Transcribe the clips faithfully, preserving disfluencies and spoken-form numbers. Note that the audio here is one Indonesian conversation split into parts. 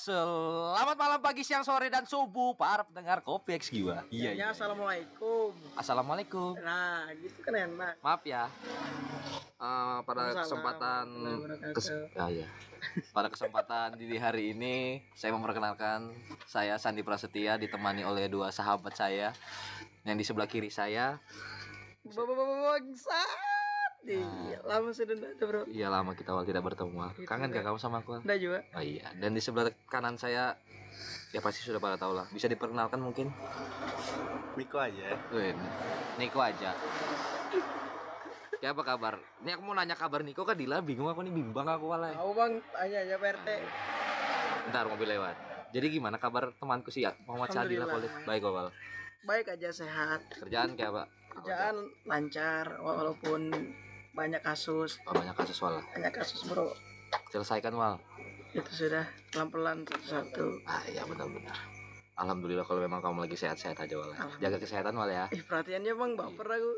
Selamat malam, pagi, siang, sore, dan subuh para pendengar Kopi X Jiwa. Iya, iya. Assalamualaikum. Assalamualaikum. Nah, gitu kan enak. Maaf ya. Uh, pada kesempatan kes ya, ya. Pada kesempatan di hari ini saya memperkenalkan saya Sandi Prasetya ditemani oleh dua sahabat saya yang di sebelah kiri saya. Bangsat. Iya, lama sudah ada, Bro. Iya, lama kita awal tidak bertemu. Kangen gak kamu sama aku? Enggak juga. Oh iya, dan di sebelah kanan saya ya pasti sudah pada tahu lah. Bisa diperkenalkan mungkin? Niko aja. Wih, Niko aja. Ya, apa kabar? Ini aku mau nanya kabar Niko, Kadila bingung aku nih, bimbang aku walai. Tahu Bang, tanya aja P R T. Bentar, mobil lewat. Jadi gimana kabar temanku sih ya? Muhammad Sadila Polit. Baik, Wal. Baik aja, sehat. Kerjaan kayak apa? Kerjaan lancar walaupun banyak kasus. Oh, banyak kasus, Wal. Banyak kasus, Bro. Selesaikan, Wal. Itu sudah pelan-pelan satu-satu. Ah, iya benar-benar. Alhamdulillah kalau memang kamu lagi sehat-sehat aja, Wal. Jaga kesehatan, Wal ya. Ih, perhatiannya Bang, baper aku.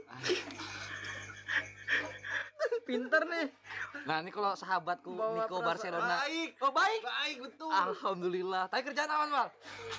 Pinter nih. Nah, ini kalau sahabatku Bawa Niko perasaan. Barcelona. Baik. Oh, baik. Baik betul. Alhamdulillah. Tapi kerjaan aman, Wal?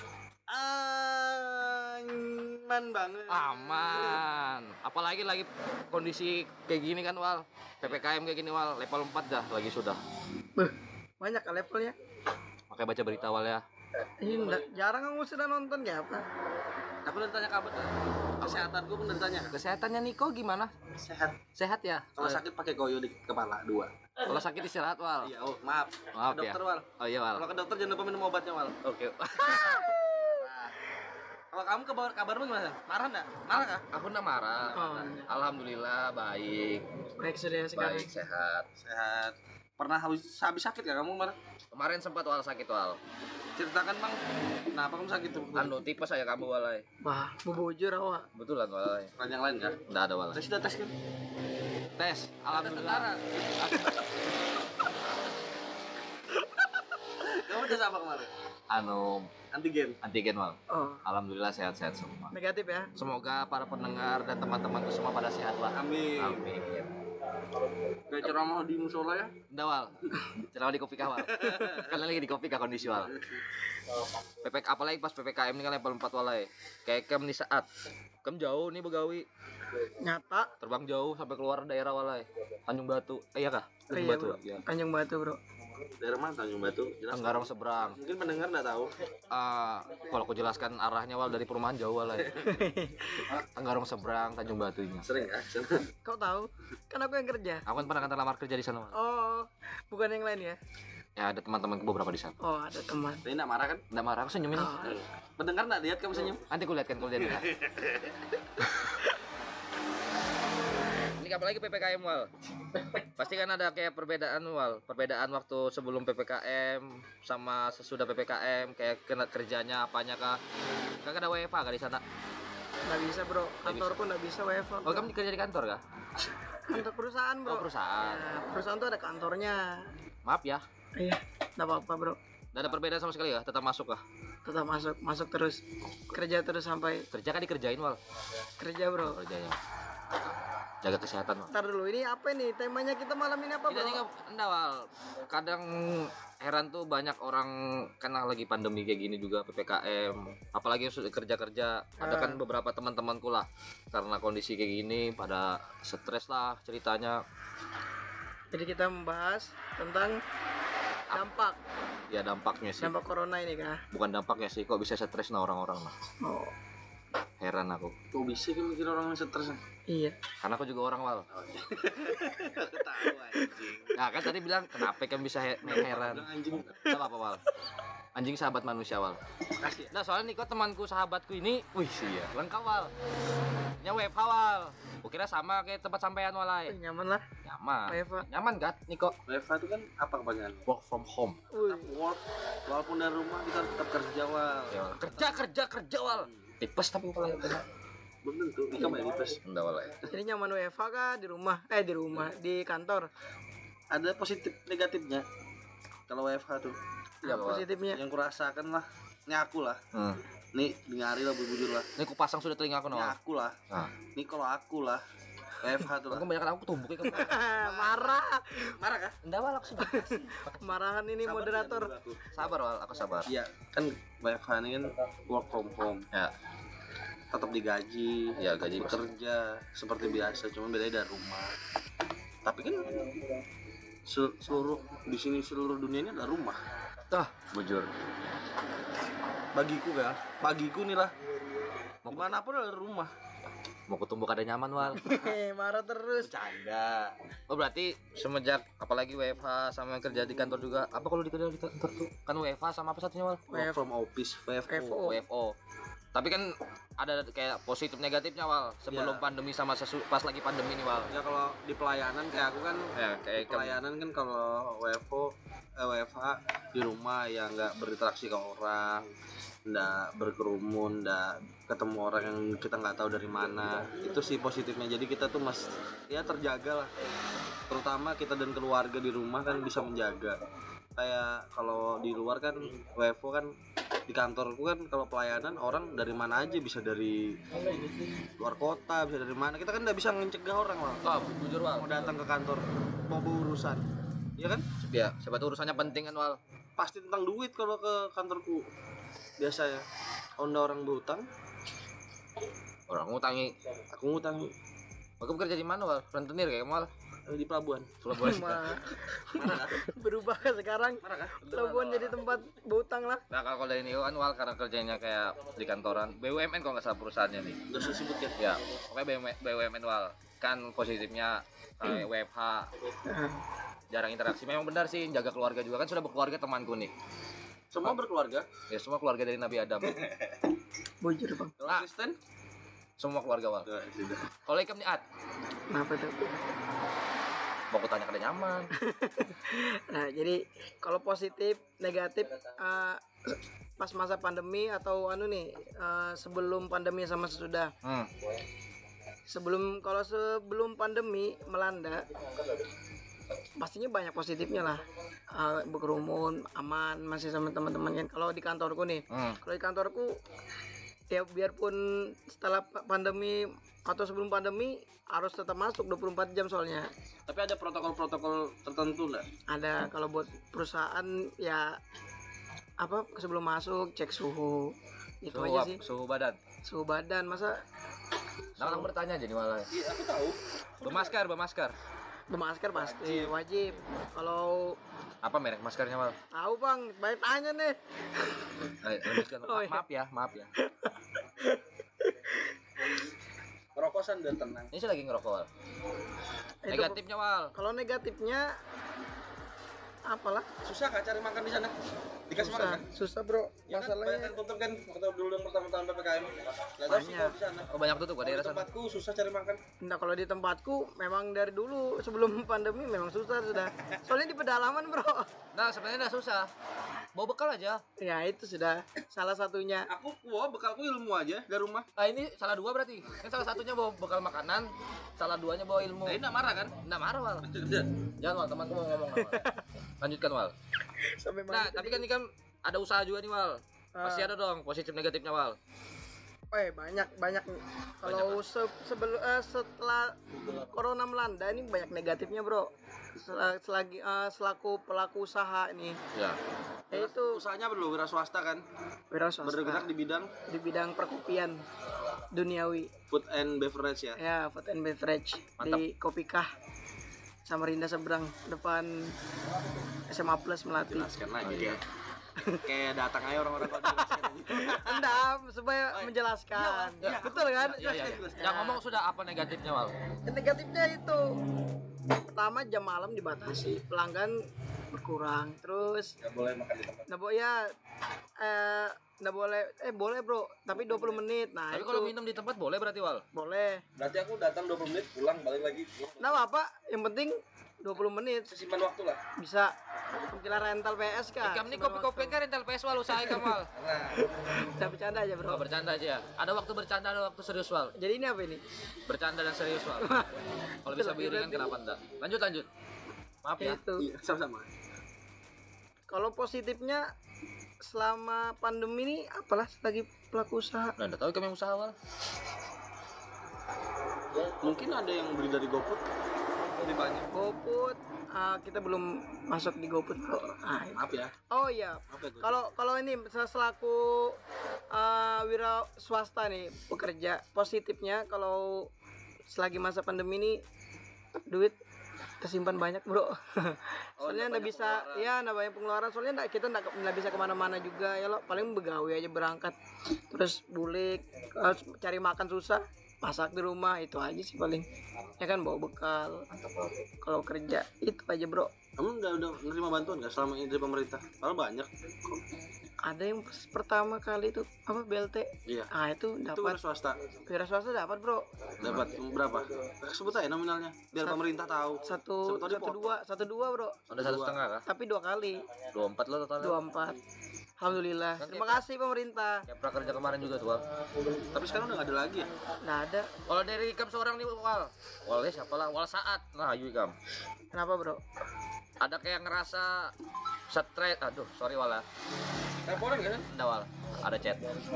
Aman banget. Aman. Apalagi lagi kondisi kayak gini kan, Wal. P P K M kayak gini, Wal. Level empat dah lagi sudah. Beuh, banyak kan levelnya. Makanya baca berita, Wal ya. Ini enggak, jarang kamu sudah nonton kayak apa? Aku udah ditanya kabar. Kesehatanku pun udah ditanya. Kesehatannya Niko gimana? Sehat. Sehat ya? Kalau sakit pakai koyo di kepala dua. Kalau sakit istirahat, Wal. Iya, oh, maaf. Maaf Ke dokter, ya. Wal. Oh iya, Wal. Kalau ke dokter jangan lupa minum obatnya, Wal. Oke. Nah, kalau kamu kabar kabarmu gimana? Marah enggak? Marah kah? Aku enggak marah. Oh. Alhamdulillah baik. Baik sudah sekarang. Baik, sehat. Sehat. Pernah habis habis sakit gak kamu kemarin? Kemarin sempat, Wal, sakit, Wal. Ceritakan, Bang. Kenapa kamu sakit tuh? Anu tipe saya kamu, Walai. Wah, bubujur awak. Betulan, Walai. Yang lain enggak? Enggak ada, Wal. Saya sudah tes kan? Tes. Alhamdulillah. Kamu tes apa kemarin? Anu Antigen. antigen, Wal. Oh, Alhamdulillah sehat-sehat semua. negatif ya. Semoga para pendengar dan teman-temanku semua pada sehat, Wal. Amin. Amin. Gak ceramah di musola ya? Nggak, Wal. Ceramah di Kopi Kah, Wal. Kalian lagi di Kopi Kah kondisi, Wal. P P K apalagi pas P P K M ini kan level empat, Walai. Kayak kem nih saat. Kem jauh nih begawi. Nyata. Terbang jauh sampai keluar daerah, Walai. Tanjung Batu. Eh, iya kah? Oh, Tanjung iya, Batu. Bro. Ya. Tanjung Batu, Bro. Daerah mana Tanjung Batu? Jelas. Tenggarong seberang. Mungkin pendengar nggak tahu. Ah, kalau aku jelaskan arahnya, Wal, dari perumahan jauh, Walai. Tenggarong seberang, Tanjung Batu ini. Sering ya? Kau tahu? Kan aku yang kerja. Aku kan pernah kantor lamar kerja di sana, Wal. Oh, bukan yang lain ya? Ya, ada teman-temanku beberapa di sana. Oh, ada teman. Tapi nggak marah kan? Nggak marah, aku senyum ini. Oh. Pendengar nggak lihat kamu senyum? Nanti aku lihat kan kalau dia dengar. Ini apalagi P P K M, Wal. Pasti kan ada kayak perbedaan, Wal. Perbedaan waktu sebelum P P K M sama sesudah P P K M, kayak kena kerjanya apanya kah? Kan ada W F H kah di sana? Nggak bisa, Bro. Kantorku nggak bisa W F H. Oh, kamu kerja di kantor kah? Kantor perusahaan, Bro. Oh, perusahaan. Ya, perusahaan tuh ada kantornya. Maaf ya. Iya, nggak apa-apa, Bro. Nggak ada perbedaan sama sekali ya? Tetap masuk kah? Tetap masuk, masuk terus. Kerja terus sampai Kerja kan dikerjain, Wal. kerja, Bro. Kerjanya. Jaga kesehatan, Wal. Ntar dulu, ini apa nih? Temanya kita malam ini apa, Kita Bro? nih enggak, Wal. Kadang heran tuh banyak orang karena lagi pandemi kayak gini juga P P K M. Apalagi yang sudah kerja-kerja. Ada kan beberapa teman-temanku lah karena kondisi kayak gini pada stres lah ceritanya. Jadi kita membahas tentang dampak Ya dampaknya sih. dampak corona ini kah? Bukan dampaknya sih, kok bisa stres nah orang-orang lah. Oh, Heran aku. Kok bisa kan mikir orang yang stres? iya. Karena aku juga orang, Wal. Tahu anjing. Nah, kan tadi bilang kenapa kan bisa he- heran. Bilang anjing. Enggak apa-apa, Wal. Anjing sahabat manusia, Wal. Makasih ya. Nah, soalnya Niko temanku, sahabatku ini, wih sih ya, lengkap, Wal. Nya W F H, Wal. Kukira sama kayak tempat sampean, Eh, Walai. nyaman lah. Nyaman. W F H. Nyaman kan, Niko? W F H itu kan apa kebanyakan? Work from home. Wih, Tetap work, walaupun dari rumah kita tetap kerja, Wal. Ya, Wal. Kerja, kerja, kerja, Wal. Tipes tapi kalau yang kena. Belum tentu, ini kan main tipes. Enggak, Walai. jadi nyaman W F H kah di rumah? Eh, di rumah, di kantor. Ada positif negatifnya. Kalau W F H tuh. Iya, Wal. Positifnya. Yang kurasakan lah, ini aku lah. Hmm. Nih, dengari lah, bujur lah. Ini ku pasang sudah telinga aku, Ini Wal. aku lah. Nah. Ini kalau aku lah. W F H tuh lah. Aku banyak aku tumbuk kamu. Marah. Marah kah? Enggak wal, aku sabar. Marahan ini Sabar moderator. jangan dulu aku. Sabar wal, aku sabar. Iya, kan W F H ini kan work from home. Ya. Tetap digaji, Iya, gaji bekerja seperti biasa, cuma bedanya dari rumah. Tapi kan sel- seluruh di sini seluruh dunia ini adalah rumah. Tah, bujur. Bagiku ya, bagiku nih lah. Dimanapun adalah rumah. Mau kutumbuk ada nyaman wal. Hehe, marah terus. Bercanda. Oh berarti semenjak apalagi W F H sama yang kerja di kantor juga. Apa kalau di kerja di kantor tuh? Kan W F H sama apa satunya wal? Work from office, W F W F O. O. W F O. Tapi kan ada kayak positif negatifnya wal. Sebelum Ya. pandemi sama sesu- pas lagi pandemi nih wal. Ya kalau di pelayanan kayak aku kan, Ya kayak kamu. pelayanan kan kalau W F O, eh, W F H di rumah ya nggak berinteraksi ke orang, nggak berkerumun, nggak ketemu orang yang kita nggak tahu dari mana. Itu sih positifnya. Jadi kita tuh mas ya terjaga lah. Terutama kita dan keluarga di rumah kan bisa menjaga. Kayak kalau di luar kan W F O kan di kantorku kan kalau pelayanan orang dari mana aja, bisa dari luar kota, bisa dari mana. Kita kan nggak bisa mencegah orang lah Oh, bujur wal. mau datang ke kantor mau berurusan, ya kan? Ya, siapa tuh urusannya penting kan wal. Pasti tentang duit kalau ke kantorku biasanya. Kalau nggak orang berhutang, Orang ngutangi. aku ngutang. Aku bekerja di mana wal? Rentenir kayak wal. Eh, di pelabuhan. Sulawesi. Ma- Marah kah? berubah sekarang. Marah kah? Pelabuhan jadi tempat berutang lah. Nah kalau dari ini kan wal karena kerjanya kayak di kantoran B U M N kalau nggak salah perusahaannya nih. Udah saya sebutkan. Ya, pokoknya B U M N wal. Kan positifnya kayak W F H jarang interaksi. Memang benar sih jaga keluarga juga kan sudah berkeluarga temanku nih. Semua berkeluarga. Ya semua keluarga dari Nabi Adam. Bujur bang. Kalau Ah. Kristen? Semua keluarga wal. Udah, sudah. Kalau ikam nih At, Kenapa tuh? mau kutanya kada nyaman. Nah, jadi kalau positif, negatif eh, pas masa pandemi atau anu nih eh, sebelum pandemi sama sesudah. Hmm. Sebelum kalau sebelum pandemi melanda pastinya banyak positifnya lah. Eh, berkerumun, aman, masih sama teman-teman kan. Kalau di kantorku nih, Hmm. kalau di kantorku ya biarpun setelah pa- pandemi atau sebelum pandemi harus tetap masuk dua puluh empat jam soalnya. Tapi ada protokol-protokol tertentu nggak? Ada kalau buat perusahaan ya apa sebelum masuk cek suhu itu Suhu, aja ap- sih, suhu badan. suhu badan. Masa Nah, aku bertanya jadi malah. Iya, aku tahu. Bermasker, bermasker. bermasker pasti wajib. Kalau Apa merek maskernya mal? tahu bang, banyak tanya nih. Eh, lanjutkan. Oh, Ma- iya. Maaf ya, maaf ya. Merokosan dan tenang. Ini saya lagi ngerokok wal. Itu- Negatifnya wal. Kalau negatifnya apalah, Susah kah cari makan di sana? Dikasih makan susah, kan? susah bro. Ya kan, banyak Masalahnya kan tutup kan waktu dulu yang pertama-tama P P K M. Nggak tahu sih Banyak. kalau di sana. Oh banyak tutup gak Kalau di daerah sana. tempatku susah cari makan. Nah kalau di tempatku memang dari dulu sebelum pandemi memang susah sudah. Soalnya di pedalaman bro. Nah sebenarnya udah susah. Bawa bekal aja. Ya itu sudah salah satunya. Aku wah bekalku ilmu aja dari rumah. Ah ini salah dua berarti. Kan salah satunya bawa bekal makanan, salah duanya bawa ilmu. Tadi nggak marah kan? Nggak marah wal. Jangan wal, temanku mau ngomong wal. Lanjutkan wal. Sampai Nah tapi kan ini kan ada usaha juga nih wal. Pasti ada dong positif negatifnya wal. Eh banyak banyak kalau se- sebelum eh, setelah corona melanda ini banyak negatifnya bro. Sel- Selagi eh, selaku pelaku usaha ini Ya. yaitu Usahanya perlu wira swasta kan? wira swasta Bergerak di bidang di bidang perkopian duniawi food and beverage ya. ya, food and beverage di Kopikah Samarinda seberang depan S M A Plus Melati. Jelaskan lagi ya. Kayak datang aja orang-orang kalau jelaskan aja. Enggak, supaya menjelaskan. Iya, Betul kan? Iya iya. iya. Yang ngomong sudah apa negatifnya wal? Yang negatifnya itu pertama jam malam dibatasi, pelanggan berkurang, terus Nggak boleh makan di tempat. nggak boleh ya eh nggak boleh eh boleh bro, tapi dua puluh menit. Nah, Tapi itu kalau minum di tempat boleh berarti wal? boleh. Berarti aku datang dua puluh menit, pulang balik lagi. Nah, apa? Yang penting dua puluh menit Sesimpan waktu lah. bisa. Mungkin rental P S kah? Ikam nih kopi-kopian kan rental P S wal usaha ikam wal. Nah, Udah bercanda aja, Oh, bro. bercanda aja ya. Ada waktu bercanda, ada waktu serius wal. Jadi ini apa ini? Bercanda dan serius wal. Kalau bisa beriringan kenapa enggak? Lanjut lanjut. Maaf ya. Itu. iya, sama-sama. Kalau positifnya selama pandemi ini apalah lagi pelaku usaha. Nah, enggak tahu kami usaha wal. Mungkin ada yang beli dari GoFood lebih banyak. GoFood, ah, kita belum masuk di GoFood bro. Ah, itu. Maaf ya. Oh iya, Apa ya, Gus? kalau kalau ini selaku uh, wira swasta nih pekerja, positifnya kalau selagi masa pandemi ini duit kesimpan banyak bro. Soalnya nggak banyak bisa, pengeluaran. ya nggak banyak pengeluaran. Soalnya nggak kita nggak nggak bisa kemana-mana juga ya lo. Paling begawe aja berangkat, terus bulik, eh, cari makan susah, masak di rumah itu aja sih paling. Ya kan bawa bekal. Kalau kerja itu aja bro. Kamu udah udah menerima bantuan nggak selama ini dari pemerintah? Kalau banyak. Ada yang pas pertama kali itu apa B L T. Iya. Ah itu Itu dapat. wira swasta. Wira swasta dapat bro. Dapat berapa? Sebut aja nominalnya biar Sat- pemerintah tahu. Satu Siapa tahu satu dipotong. dua satu dua bro. Ada satu setengah kah? Tapi dua kali. Dua empat lo totalnya. Dua empat. Alhamdulillah. Kan Terima kita- kasih pemerintah. Kayak prakerja kemarin juga tuh, Wal. Tapi sekarang udah nggak ada lagi ya. Nggak ada. Kalau dari Ikam seorang nih, Wal. Walnya siapa lah? Wal Saat. Nah, ayo Ikam. Kenapa bro? Ada kayak ngerasa stres. Aduh, sorry Wal ya. Teleponan kan? Nggak, Wal. Ada chat.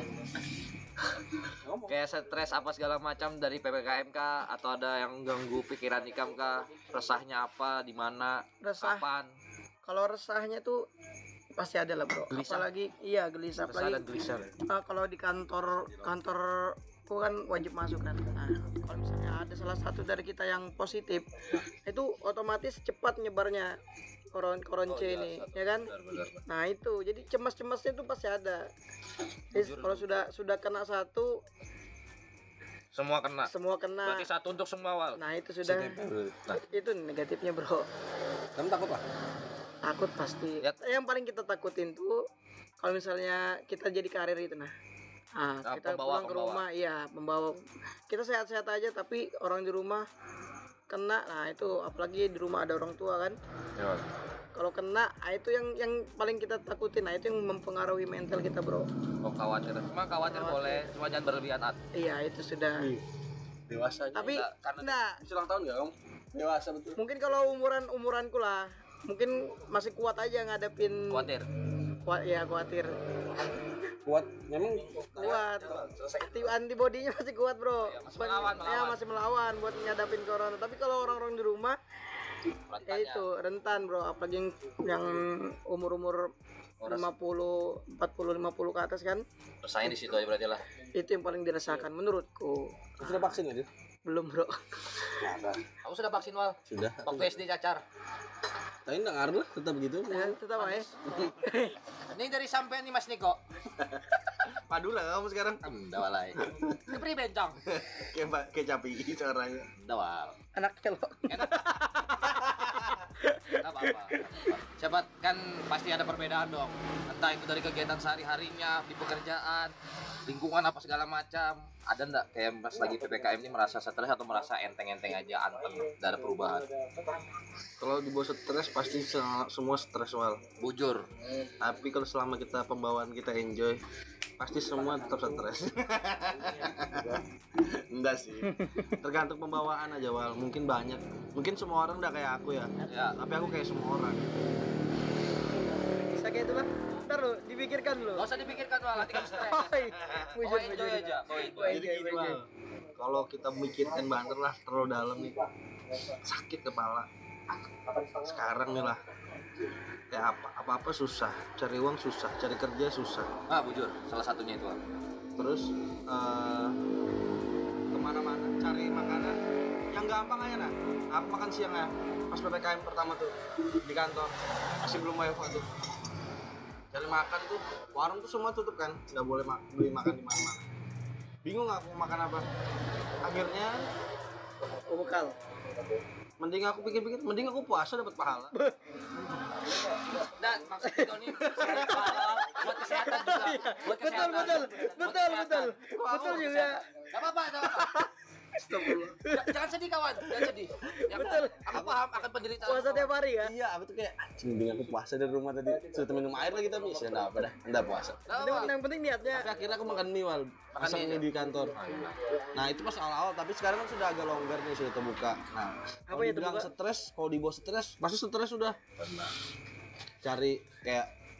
Kayak stres apa segala macam dari P P K M kah? Atau ada yang ganggu pikiran Ikam kah? Resahnya apa? Di mana? Resah. Kapan? Kalau resahnya tuh pasti ada lah bro. Gelisah. Apalagi iya gelisah. Resah dan Apalagi gelisah. ah, kalau di kantor kantor aku kan wajib masuk kan. Nah, kalau misalnya ada salah satu dari kita yang positif, itu otomatis cepat nyebarnya koron koronce ini, ya kan? Nah itu, jadi cemas-cemasnya itu pasti ada. Jadi kalau sudah sudah kena satu, Semua kena. semua kena. Berarti satu untuk semua, Wal. Nah itu sudah, Nah, itu negatifnya bro. Kamu takut pak? Takut pasti. Ya. Yang paling kita takutin tuh kalau misalnya kita jadi karir itu nah. Nah, Nah, kita pembawa, pulang ke pembawa. rumah, iya membawa. Kita sehat-sehat aja, tapi orang di rumah kena. Nah itu, apalagi di rumah ada orang tua kan. ya, Wal. Kalau kena, nah, itu yang yang paling kita takutin. Nah itu yang mempengaruhi mental kita bro. Oh, khawatir. Cuma khawatir boleh, cuma jangan berlebihan. At. Iya itu sudah. Dewasa aja. Tapi, Enggak, karena- nah Ulang tahun nggak kamu? Dewasa betul. mungkin kalau umuran umuranku lah, mungkin masih kuat aja ngadepin. Khawatir. Kuat ya khawatir. Kuat, memang Kuat. Anti antibodinya masih kuat bro. Iya, masih melawan, Ya melawan. masih melawan buat ngadapin corona. Tapi kalau orang-orang di rumah ya Rentannya. itu rentan bro. Apalagi yang, yang umur-umur Orang- lima puluh, empat puluh, lima puluh ke atas kan. Resahnya di situ aja berarti lah. Itu yang paling dirasakan menurutku. sudah vaksin nggak dia? Belum bro. Kamu sudah vaksin, Wal? Sudah. Waktu S D cacar. Tapi nggak ngaruh lah, tetap gitu. Ya, tetap aja. Ini dari sampean nih Mas Niko. Padu lah kamu sekarang. Enggak walai. Ini beri bencong. Kayak Pak kayak capi suaranya. Enggak wal. Anaknya lo. Enggak apa-apa. Siapa kan pasti ada perbedaan dong. Entah itu dari kegiatan sehari-harinya, di pekerjaan, lingkungan apa segala macam. Ada enggak kayak pas lagi P P K M ini merasa stres atau merasa enteng-enteng aja, anteng, enggak ada perubahan? Kalau dibawa stres pasti se- semua stres Wal. Bujur. Tapi kalau selama kita pembawaan kita enjoy, pasti semua tetap stres. Enggak sih. Tergantung pembawaan aja Wal. Mungkin banyak. Mungkin semua orang udah kayak aku ya. Ya. Tapi aku kayak semua orang. Bisa kayak itu lah. Ntar lo dipikirkan lo. Enggak usah dipikirkan Wal, nanti kamu stres. Oi, Kau bujur, enjoy bujur. aja, kau enjoy. Wah, Jadi enjoy, gini enjoy. Wal. Kalau kita mikirin banget lah terlalu dalam nih, sakit kepala. Sekarang nih lah. Kayak apa apa-apa susah, cari uang susah, cari kerja susah. Ah, bujur. Salah satunya itu, Wal. Terus eh, kemana-mana cari makanan yang gampang aja nah. Aku makan siang ya pas P P K M pertama tuh di kantor, masih belum W F H tuh. Cari makan tuh warung tuh semua tutup kan, nggak boleh ma- beli makan di mana-mana. Bingung aku mau makan apa. Akhirnya Oh, bekal. mending aku pikir-pikir, mending aku puasa dapat pahala. Dan maksud kita nih selain halal, buat kesehatan juga. Buat Betul, kesehatan. betul. Buat Betul, kesehatan. betul. Wah, Betul buat juga. kesehatan. Gak apa-apa, gak apa-apa. J- Jangan sedih kawan, jangan sedih. Yang Betul. Aku paham akan penderitaan. Puasa tiap hari ya. Iya, aku tuh kayak anjing mending aku puasa dari rumah tadi. Sudah minum air lagi tapi ya enggak apa dah, enggak puasa. Gak Yang, apa-apa. yang penting niatnya. Tapi akhirnya aku makan mie Wal, masak mie mie aja. di kantor. Nah itu pas awal-awal, tapi sekarang kan sudah agak longgar nih, sudah terbuka. Nah, kalau ya dibilang terbuka? stres, kalau dibawa stres, pasti stres sudah. Cari kayak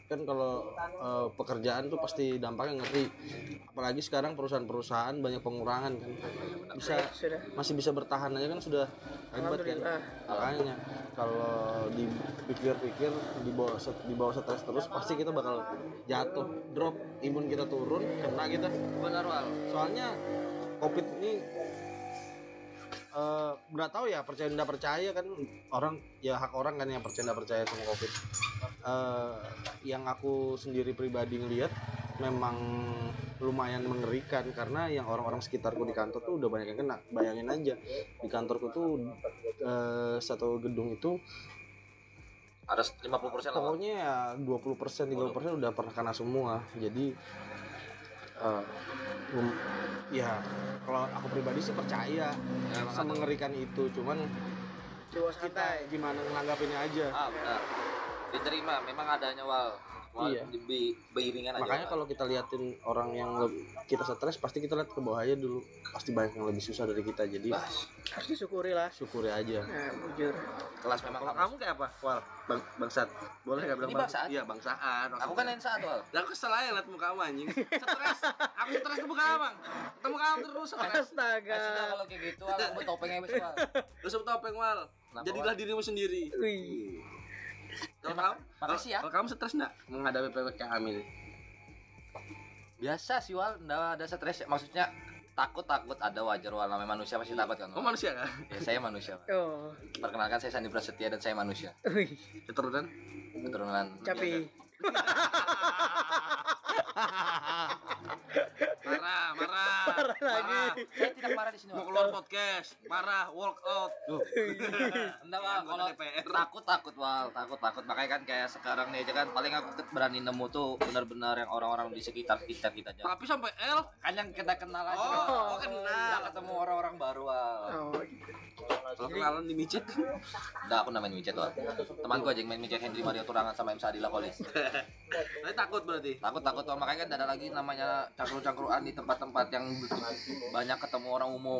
kan kalau uh, pekerjaan tuh pasti dampaknya ngeri, apalagi sekarang perusahaan-perusahaan banyak pengurangan kan, bisa Sudah. masih bisa bertahan aja kan sudah hebat kan. Alhamdulillah. Makanya kalau dipikir-pikir di bawah di bawah stres terus pasti kita bakal jatuh, drop, imun kita turun, kena kita. Benar Wal. Soalnya covid ini nggak uh, tahu ya, percaya nggak percaya kan orang, ya hak orang kan yang percaya nggak percaya sama covid. Uh, yang aku sendiri pribadi ngelihat memang lumayan mengerikan, karena yang orang-orang sekitarku di kantor tuh udah banyak yang kena. Bayangin aja di kantorku tuh uh, satu gedung itu ada lima puluh persen lah. Pokoknya ya dua puluh persen tiga puluh persen udah pernah kena semua. Jadi uh, um, ya kalau aku pribadi sih percaya ya, sama mengerikan itu, cuman Jiwa kita santai. gimana nanggapinnya aja. Ah, benar. Diterima, memang adanya Wal. Wal Iya. di bi- beiringan aja. Makanya kalau kita liatin orang yang le- kita stres, pasti kita lihat ke bawah aja dulu. Pasti banyak yang lebih susah dari kita. Jadi Harus disyukuri lah. syukuri aja. Nah, jujur. kelas memang Kalau kamu. kamu kayak apa? Wal, bang, bangsat. Boleh nggak bilang Ini bangsat? Iya, bangsaan. Aku kan yang saat Wal. Lah aku salah ya liat muka kamu anjing. Stres. Aku stres ke muka abang. Ketemu kamu terus stres. Eh, sudah Astaga. kalau kayak gitu Wal, aku topengnya wis Wal. Lu sebut topeng Wal. Kenapa, Jadilah Wal? dirimu sendiri. Wih. Kalau Terima- kamu, makasih ya. Kalau kamu stres enggak menghadapi P P K M ini? Biasa sih Wal, enggak ada stres. Maksudnya takut-takut ada, wajar Wal, namanya manusia pasti takut kan. Oh Wal? manusia kan? Ya, saya manusia. Wal. Oh. Perkenalkan saya Sandi Prasetya dan saya manusia. Wih. Keturunan? Keturunan. Capi. Marah, marah. Parah lagi. Saya tidak marah di sini Mau Wal. keluar podcast, marah, walk out. Duh. Enggak Wal, Anggota kalau D P R. takut takut Wal, takut takut. Makanya kan kayak sekarang nih aja kan paling aku berani nemu tuh benar-benar yang orang-orang di sekitar kita kita aja. Tapi sampai L. Kan yang kita kenal aja. Oh, Wal. kenal. Nggak ketemu orang-orang baru Wal. Oh, gitu. Kalau kenalan di micet. Udah aku namanya micet Wal. Temanku aja yang main micet, Henry Mario Turangan sama M Sadila Kolis. Tapi takut berarti. Takut takut Wal, makanya kan ada lagi namanya cangkruk-cangkruan di tempat-tempat yang banyak ketemu orang umum.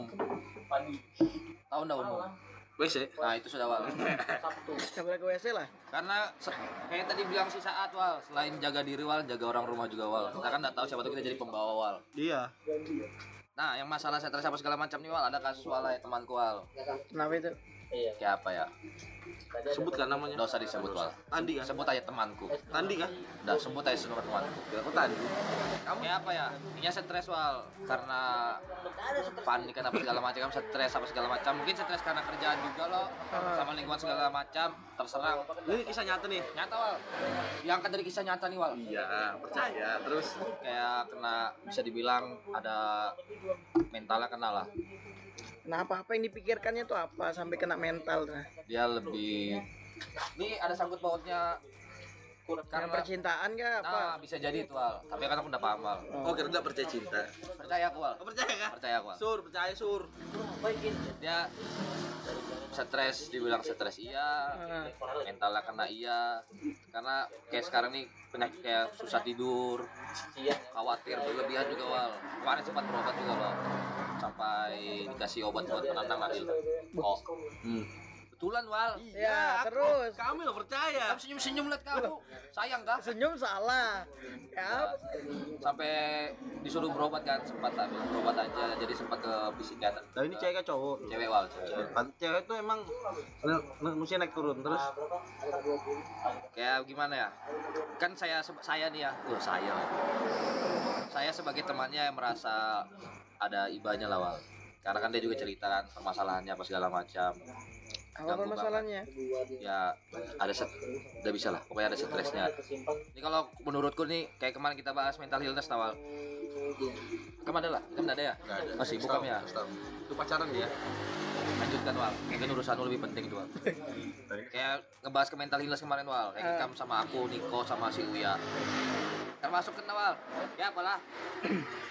Tahu enggak umum? W C. Nah, itu sudah Wal. Nggak boleh ke W C lah. Karena se- kayak tadi bilang si Saat Wal, selain jaga diri Wal, jaga orang rumah juga Wal. Kita kan nggak tahu siapa tuh kita jadi pembawa Wal. Iya. Nah, yang masalah stres apa segala macam nih Wal, ada kasus Wal ya temanku Wal. Kenapa itu? Kayak apa ya? Sebutkan namanya. Nggak usah disebut Wal. Tandi kan? Sebut aja temanku. Tandi kan? Udah sebut aja semua temanku. Kira aku Tandi. Kamu kayak apa ya? Ini stres Wal, karena panik kan apa segala macam, stres apa segala macam. Mungkin stres karena kerjaan juga loh, sama lingkungan segala macam, terserang. Ini kisah nyata nih. Nyata Wal. Yang kan dari kisah nyata nih Wal. Iya, percaya. Terus Kayak kena, bisa dibilang ada mentalnya kena lah. Kenapa? Apa yang dipikirkannya tuh apa sampai kena mental tuh? Dia lebih, ini ada sangkut pautnya Karena karena percintaan kah apa? nah bisa jadi itu Wal, tapi kan aku udah paham Wal. oh kira enggak percaya cinta. Percaya aku Wal, Oh, percaya kan? percaya aku Wal. Sur, percaya sur. Dia stres, dibilang stres iya, Ah. mentalnya kena iya, karena kayak sekarang nih penyakit kayak susah tidur, khawatir berlebihan juga Wal. Kemarin sempat berobat juga Wal, sampai dikasih obat buat penenang lagi. Oh, Hmm. betulan Wal. Ya, terus Kamu lo percaya. Kamu senyum-senyum liat kamu, sayang kah? senyum salah. Ya, apa? Sampai disuruh berobat kan, sempat ambil berobat aja, jadi sempat ke psikiater. Nah ini cewek kan cowok. Cewek Wal, cewek. Cewek tuh emang mesti naik turun terus. Kayak gimana ya, kan saya saya nih ya, tuh saya saya sebagai temannya yang merasa ada ibanya lah Wal, karena kan dia juga cerita kan permasalahannya apa segala macam. Apa Ganggu permasalahannya? Ya ada set, udah bisa lah, pokoknya ada stresnya. Ini kalau menurutku nih, kayak kemarin kita bahas mental illness Wal. Kamu ada lah, kamu ada ya? Enggak ada. Oh sibuk kamu ya? Itu pacaran dia. Lanjutkan Wal, kayak kan urusanmu lebih penting tuh Wal. Kayak ngebahas ke mental illness kemarin Wal, kayak kamu sama aku, Niko sama si Uya, termasuk kena Wal. Ya apalah.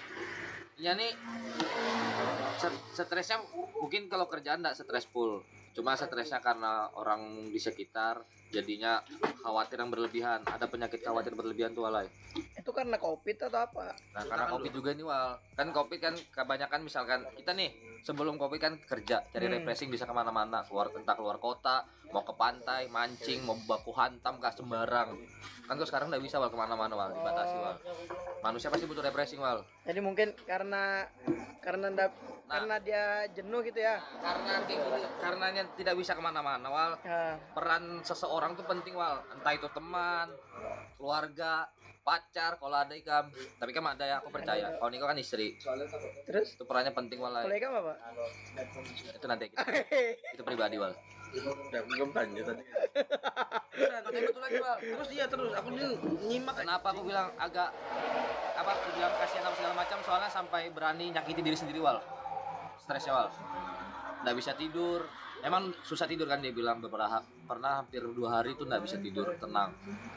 Ya nih, stresnya mungkin kalau kerjaan nggak stres full, Cuma stresnya karena orang di sekitar jadinya khawatir yang berlebihan. Ada penyakit khawatir berlebihan tuh Walay. Itu karena covid atau apa? Nah, karena covid juga nih Wal. Kan covid kan kebanyakan misalkan kita nih sebelum covid kan kerja, cari Hmm. refreshing bisa kemana-mana, keluar entah keluar kota, mau ke pantai, mancing, mau baku hantam kah sembarang. Kan tuh sekarang nggak bisa Wal kemana-mana Wal, dibatasi Wal. Manusia pasti butuh refreshing Wal. Jadi mungkin karena karena ndak Nah. karena dia jenuh gitu ya. Karena kayak gini, karenanya tidak bisa kemana-mana Wal. Nah, Peran seseorang tuh penting Wal, entah itu teman, keluarga, pacar, kalau ada ikam. Tapi kan ada ya, aku percaya. Kalau Niko kan istri, terus itu perannya penting Wal. kalau Eka apa? Itu nanti kita, itu pribadi Wal. Udah belum tanya tadi. Tapi betul lagi Wal. Terus iya terus aku nih nyimak. Kenapa aku bilang agak apa? Aku bilang kasihan apa segala macam soalnya sampai berani nyakiti diri sendiri Wal. Stresnya Wal. Nggak bisa tidur. Emang susah tidur kan dia bilang beberapa pernah hampir dua hari tuh nggak bisa tidur tenang.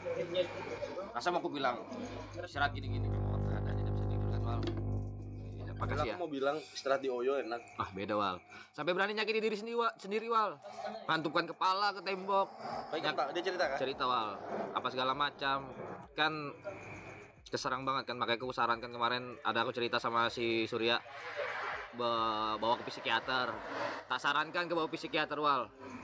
Masa mau aku bilang istirahat gini-gini memang keadaan tidak bisa tidur kan Wal. Ya, Padahal makasih ya. aku mau bilang istirahat di Oyo enak. Ah beda Wal. Sampai berani nyakiti diri sendiri Wal. Sendiri Wal. Ngantupkan kepala ke tembok. Baik kan Pak, dia cerita kan? Cerita Wal. Apa segala macam. Kan keserang banget kan, makanya aku sarankan kemarin ada aku cerita sama si Surya ba- bawa ke psikiater. Tak sarankan ke bawa psikiater Wal.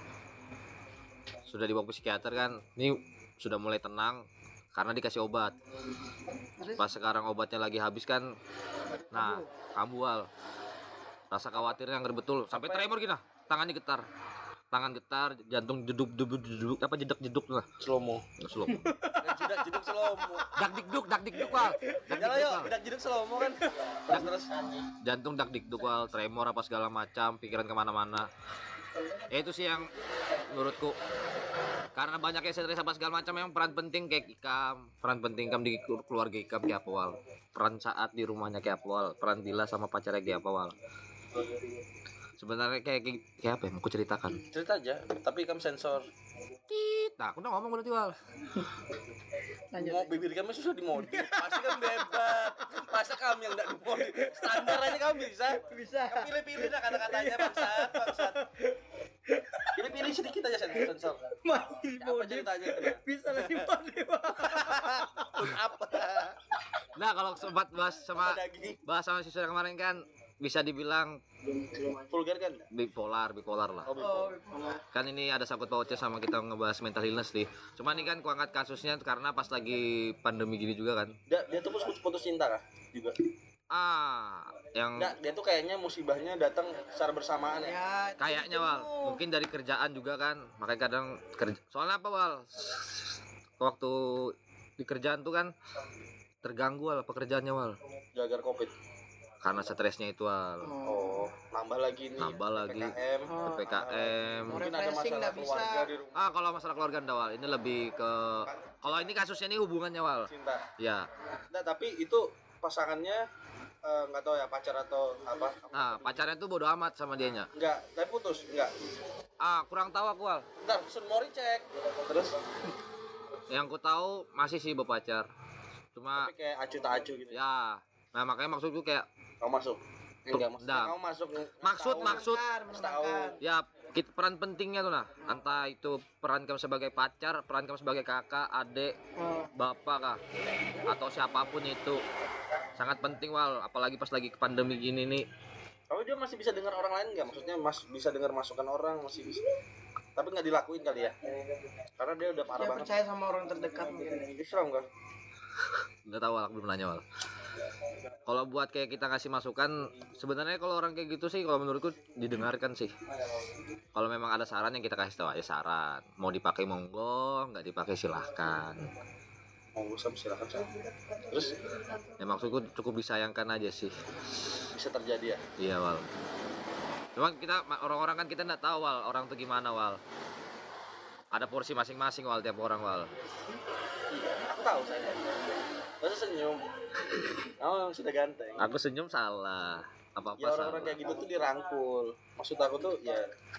Sudah dibawa ke psikiater kan, ini sudah mulai tenang karena dikasih obat. Pas sekarang obatnya lagi habis kan, nah kambuh Wal. Rasa khawatirnya ngeri betul, sampai tremor gini, nah. Tangannya getar, tangan getar, jantung jeduk jeduk jeduk apa jeduk jeduk lah, Slomo. slow. Jedak jeduk slomo. Dak dikduk, dak dikduk Wal. Dak Jalan dikduk, yuk, Wal. jedak jeduk slomo kan. Terus terus. Jantung dak dikduk Wal, tremor apa segala macam, pikiran kemana-mana. Ya itu sih yang menurutku karena banyak yang stres apa segala macam yang peran penting kayak Ikam, peran penting Ikam di keluarga Ikam kayak apa Wal, peran saat di rumahnya kayak apa Wal, peran Dila sama pacarnya kayak apa Wal. Sebenarnya kayak kayak apa yang mau aku ceritakan? Cerita aja, tapi kamu sensor. Tit, nah aku udah ngomong berarti Wal. Lanjut. Mau bibir kamu susah dimodif. Pasti kan bebas. Masa kamu yang enggak dimodif? Standar aja kamu bisa. Bisa. Pilih-pilih dah kata-katanya bangsat, bangsat. Pilih-pilih sedikit aja sensor. Main Apa ceritanya itu? bisa lagi mandi. Apa? Nah kalau sobat bahas sama Daging bahas sama si Surya kemarin kan bisa dibilang vulgar kan? bipolar, bipolar lah. Oh, Oh, Kan ini ada sangkut pautnya sama kita ngebahas mental illness nih. Cuma ini kan ku angkat kasusnya karena pas lagi pandemi gini juga kan. Dia, dia tuh putus, putus cinta kah? Juga. Ah, yang Enggak, dia tuh kayaknya musibahnya datang secara bersamaan ya. ya. kayaknya Wal, mungkin dari kerjaan juga kan. Makanya kadang kerja. Soalnya apa Wal? Waktu di kerjaan tuh kan terganggu Wal pekerjaannya Wal. Gara-gara Covid. Karena stresnya itu Wal. Oh, nambah lagi nih. Nambah lagi. P P K M. Oh. P P K M. Mungkin ada Refreshing masalah nggak bisa. keluarga di rumah. Ah, kalau masalah keluarga ndak Wal, ini lebih ke kalau ini kasusnya ini hubungannya Wal. Cinta. Ya. Nah, tapi itu pasangannya eh, nggak tahu ya pacar atau apa. Nah, pacarnya tuh bodo amat sama dianya. Enggak, tapi putus, enggak. Ah, kurang tahu aku Wal. Bentar, Sun Mori cek. Terus Yang ku tahu masih sih berpacar. Cuma tapi kayak acu tak acu gitu. ya, nah makanya maksudku kayak Kamu masuk. Enggak, maksudnya Nggak. kamu masuk. Maksud, tahu. maksud. Menenangkan. ya kita, peran pentingnya tuh nah, entah itu peran kamu sebagai pacar, peran kamu sebagai kakak, adik, Oh, bapak kah, atau siapapun itu sangat penting Wal, apalagi pas lagi pandemi gini nih. Kamu juga masih bisa dengar orang lain nggak? Maksudnya mas bisa dengar masukan orang masih bisa. Tapi nggak dilakuin kali ya? Karena dia udah parah dia banget. percaya sama orang terdekat mungkin. Islam kan? Nggak tahu Wal, aku belum nanya Wal. Kalau buat kayak kita ngasih masukan, sebenarnya kalau orang kayak gitu sih, kalau menurutku didengarkan sih. Kalau memang ada saran yang kita kasih tahu aja saran. Mau dipakai monggo, nggak dipakai silahkan. Mau usah silakan saya. Terus Ya maksudku cukup disayangkan aja sih. bisa terjadi ya? Iya Wal. Cuma kita orang-orang kan kita nggak tahu Wal, orang tuh gimana Wal. Ada porsi masing-masing Wal tiap orang Wal. Iya, aku tahu saya. Masa senyum? Kamu sudah ganteng. Aku senyum salah. Apa-apa Ya orang-orang salah. kayak gitu tuh dirangkul. Maksud aku tuh ya.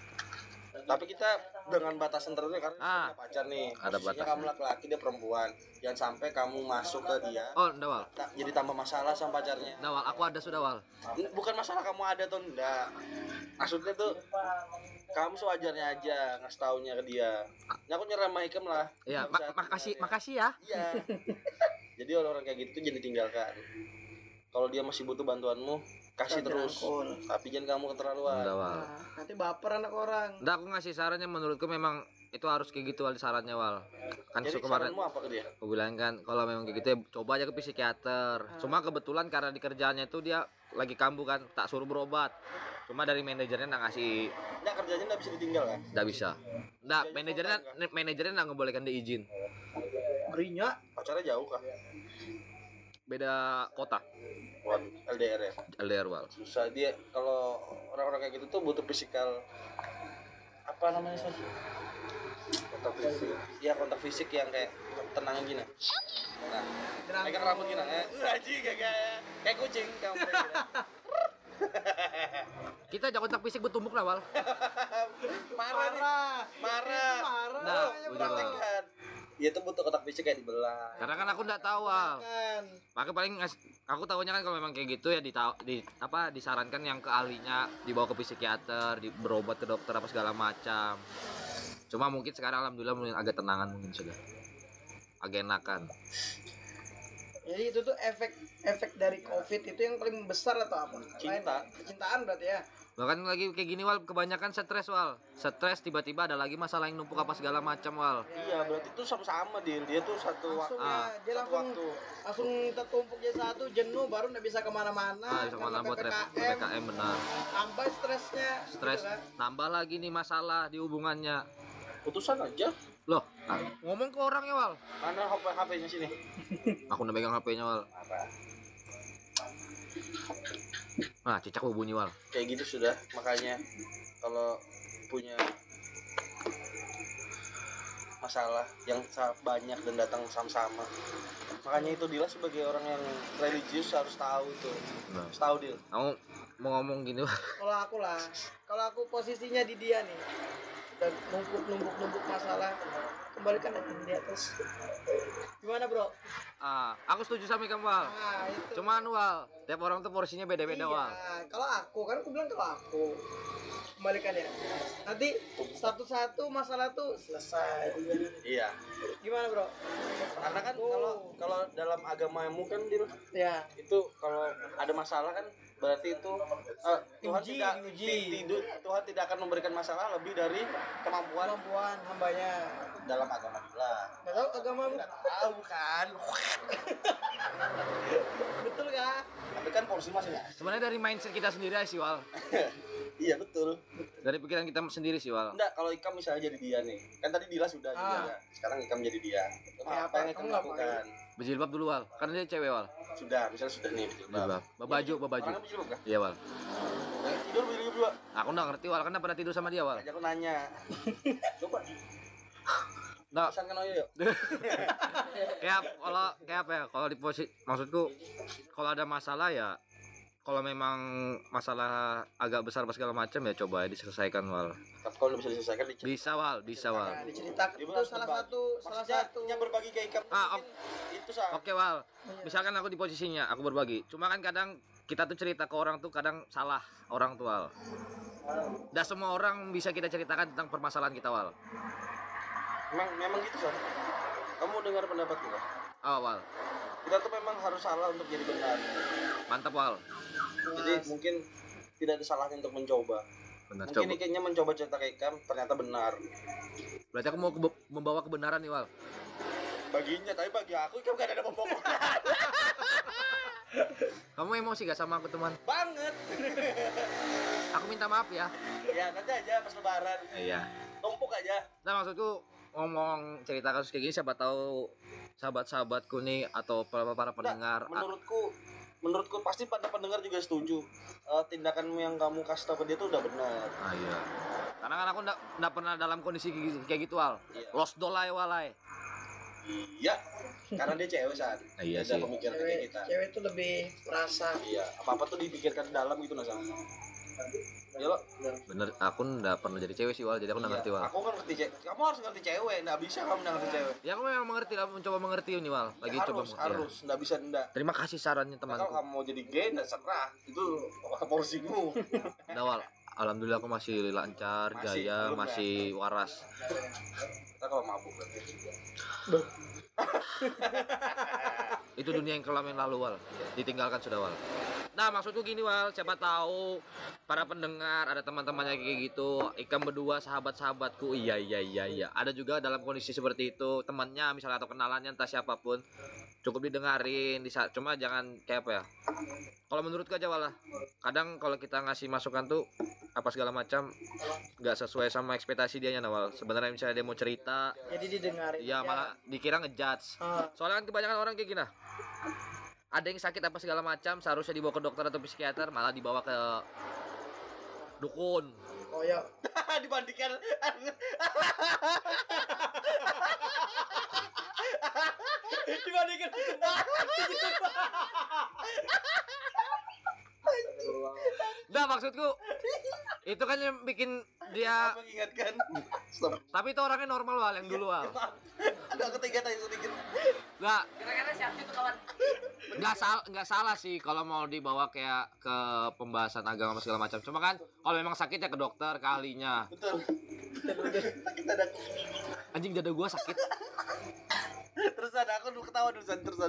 Tapi kita dengan batasan tertentu karena Ah, punya pacar nih. ada Posisinya batasan. kamu laki-laki dia perempuan. Jangan sampai kamu masuk ke dia. Oh, enggak Wal. ta- jadi tambah masalah sama pacarnya. Enggak Wal, aku ada sudah Wal. Bukan masalah kamu ada atau enggak. Maksudnya tuh kamu sewajarnya aja ngasih taunya ke dia. Nah, aku nyerah sama Ikam lah. Iya, Nggak ma- usah makasih sebenarnya. makasih ya. Iya. Jadi orang-orang kayak gitu jangan ditinggalkan. Kalau dia masih butuh bantuanmu, kasih Jangan terus. dirangkul. Tapi jangan kamu keterlaluan. Enggak, Wal. Nah, nanti baper anak orang. Enggak, aku ngasih sarannya menurutku memang itu harus kayak gitu Wal sarannya Wal. Kan Jadi so kemarin saranmu apa ke dia? aku bilang kan kalau memang kayak gitu ya coba aja ke psikiater. Cuma kebetulan karena di kerjaannya itu dia lagi kambuh kan, tak suruh berobat. Cuma dari manajernya nggak ngasih, Enggak, kerjanya enggak bisa ditinggal kan? nggak bisa. Nggak, manajernya manajernya nggak ngebolekan dia izin. Ngerinya. Pacarnya jauh kah? Beda kota, Waduh, L D R ya. L D R Wal. Susah dia kalau orang-orang kayak gitu tuh butuh fisikal apa namanya sih? Kontak fisik. Iya, kontak fisik yang kayak tenangin gini. Nah, pegang rambut gini. Eh, anjing kayak kayak kayak kucing kamu kayak gini. Kita ajak kontak fisik bertumbuk lah Wal. Marah nih. Marah. Marah. Nah, makanya, udah, Bro. Bang. Praktekkan. Dia tuh butuh kontak fisik kayak dibelah. Karena kan aku nggak tahu Wal. Kan. Makanya paling ngas- aku tahunya kan kalau memang kayak gitu ya di, di apa disarankan yang ke ahlinya, dibawa ke psikiater, di, berobat ke dokter apa segala macam. Cuma mungkin sekarang alhamdulillah mungkin agak tenangan mungkin sudah. Agak enakan. Jadi itu tuh efek efek dari COVID itu yang paling besar atau apa? Cinta. Lain, Kecintaan berarti ya. Bahkan lagi kayak gini Wal, kebanyakan stres Wal. Stres tiba-tiba ada lagi masalah yang numpuk apa segala macam Wal. Iya, berarti tuh sama-sama Dil. Dia tuh satu Langsung waktu. ya, Ah, dia satu langsung waktu. langsung tertumpuk jadi satu, jenuh, baru nggak bisa kemana-mana. Ah, bisa karena kemana buat P P K M, P P K M benar. tambah stresnya. Stres, gitu kan. nambah lagi nih masalah di hubungannya. Putusan aja. Loh, ah, ngomong ke orangnya Wal. Mana H P H P-nya sini? Aku udah megang H P-nya Wal. Apa? Nah, cicak bunyi Wal. Kayak gitu sudah. Makanya kalau punya masalah yang sa- banyak dan datang sama-sama, makanya itu Dila sebagai orang yang religius harus tahu itu. Nah, Harus tahu Dil. kamu mau ngomong gini Wal. Kalau aku lah, kalau aku posisinya di dia nih, dan numpuk numpuk numpuk masalah, kembalikan aja di atas. Gimana bro? Ah, aku setuju sama kamu Wal. Nah itu. Cuman Wal, tiap orang tuh porsinya beda-beda iya. Wal. Kalau aku kan aku bilang kalau aku kembalikan ya. Nanti satu-satu masalah tuh selesai. Iya. Gimana bro? Karena kan Oh. kalau kalau dalam agamamu kan Dil, Ya. itu kalau ada masalah kan berarti itu eh, Tuhan Diuji, tidak diuji. ti- tidu- Tuhan tidak akan memberikan masalah lebih dari kemampuan Kemampuan hambanya. dalam agama Dila. Gak tahu agamamu Tahu kan? betul kah? Tapi kan porsi masing-masing. Sebenarnya dari mindset kita sendiri aja sih Wal. Iya betul. Dari pikiran kita sendiri sih Wal. Enggak, kalau Ikam misalnya jadi dia nih. Kan tadi Dila sudah jadi Ah. dia. Sekarang Ikam jadi dia. Apa, Ya, apa yang kamu Ikam ngapain? lakukan? Berjilbab dulu Wal. Karena dia cewek Wal. Sudah, misalnya sudah nih berjilbab. Berjilbab. Berbaju, berbaju. Orangnya berjilbab kan? Iya Wal. Eh, tidur berjilbab dua. Aku nggak ngerti Wal, karena pernah tidur sama dia Wal. Aja aku nanya. Coba. Nggak, Pesankan aja yuk. kayak kalau kayak apa ya? Kalau di posisi maksudku kalau ada masalah ya kalau memang masalah agak besar apa segala macam ya coba ya diselesaikan Wal. Tapi kalau udah bisa diselesaikan diceritakan. Bisa Wal, bisa Wal. Nah, diceritakan Dia itu harus salah berbagi. satu salah Maksudnya, satu yang berbagi ke Ikam Ah, mungkin itu sah. Oke Wal. Misalkan aku di posisinya, aku berbagi. Cuma kan kadang kita tuh cerita ke orang tuh kadang salah orang tuh Wal. Tidak semua orang bisa kita ceritakan tentang permasalahan kita Wal. Memang memang gitu sah. Kamu dengar pendapat kita? Oh Wal, Kita tuh memang harus salah untuk jadi benar. mantap Wal. Jadi mungkin tidak ada salahnya untuk mencoba. Benar Mungkin coba. ini kayaknya mencoba cerita ke Ikam ternyata benar. Berarti aku mau kebe- membawa kebenaran nih Wal. Baginya, tapi bagi aku Ikam gak ada pembokong Kamu emosi gak sama aku teman? banget. Aku minta maaf ya. Ya nanti aja pas lebaran Iya. tumpuk aja. Nah maksudku ngomong cerita kasus kayak gini siapa tahu sahabat-sahabatku nih atau para para pendengar. Menurutku menurutku pasti pada pendengar juga setuju. Eh, tindakanmu yang kamu kasih tahu ke dia tuh udah benar. Ah iya. Karena kan aku ndak ndak pernah dalam kondisi kayak gitu, kayak gitu Wal. Iya. Lost dolai walai. Iya. Karena dia cewek saat. Ah, iya Beda sih. pemikiran cewek kayak kita. cewek itu lebih merasa Iya. Apa apa tuh dipikirkan dalam gitu nasa. Ya lo. Bener, aku ndak pernah jadi cewek sih Wal, jadi aku nggak Iya, ngerti Wal. Aku kan ngerti cewek. Kamu harus ngerti cewek. Nggak bisa kamu nggak ngerti cewek. Ya aku memang mengerti lah, mencoba mengerti nih Wal. Lagi Ya, coba harus mengerti. Ya. harus. Nggak bisa ndak. Terima kasih sarannya Nah, kalau temanku. kamu mau jadi gay, nggak serah. Itu porsimu. Nah Wal, alhamdulillah aku masih lancar, Masih, jaya, belum masih waras. Kita kalau mabuk berarti. Itu dunia yang kelam yang lalu, Wal. Ditinggalkan sudah, Wal. Nah, maksudku gini, Wal, siapa tahu para pendengar ada teman-temannya kayak gitu. Ikam berdua sahabat-sahabatku. Iya, iya, iya, iya. Ada juga dalam kondisi seperti itu, temannya misalnya atau kenalannya entah siapapun. Cukup didengarin, disa- cuma jangan kayak apa ya. Kalau menurutku aja, Wal lah. Kadang kalau kita ngasih masukan tuh apa segala macam nggak sesuai sama ekspektasi dia Nawal. Sebenarnya misalnya dia mau cerita, Jadi didengarin. ya malah dikira ngejudge. Ah. Soalnya kan kebanyakan orang kayak gini. Ada yang sakit apa segala macam, seharusnya dibawa ke dokter atau psikiater, malah dibawa ke dukun. Oh ya. Dibandingkan dibandingkan Nah, maksudku itu kan yang bikin dia, mengingatkan. tapi itu orangnya normal Wal yang dulu Wal. Ada ketiga tadi sedikit. Nggak, Kira-kira siapa itu kawan? nggak sal nggak salah sih kalau mau dibawa kayak ke pembahasan agama segala macam. Cuma kan kalau memang sakit ya ke dokter kalinya. Betul. Kita ada Anjing dada gua sakit. terusan aku dulu ketawa terusan terusan.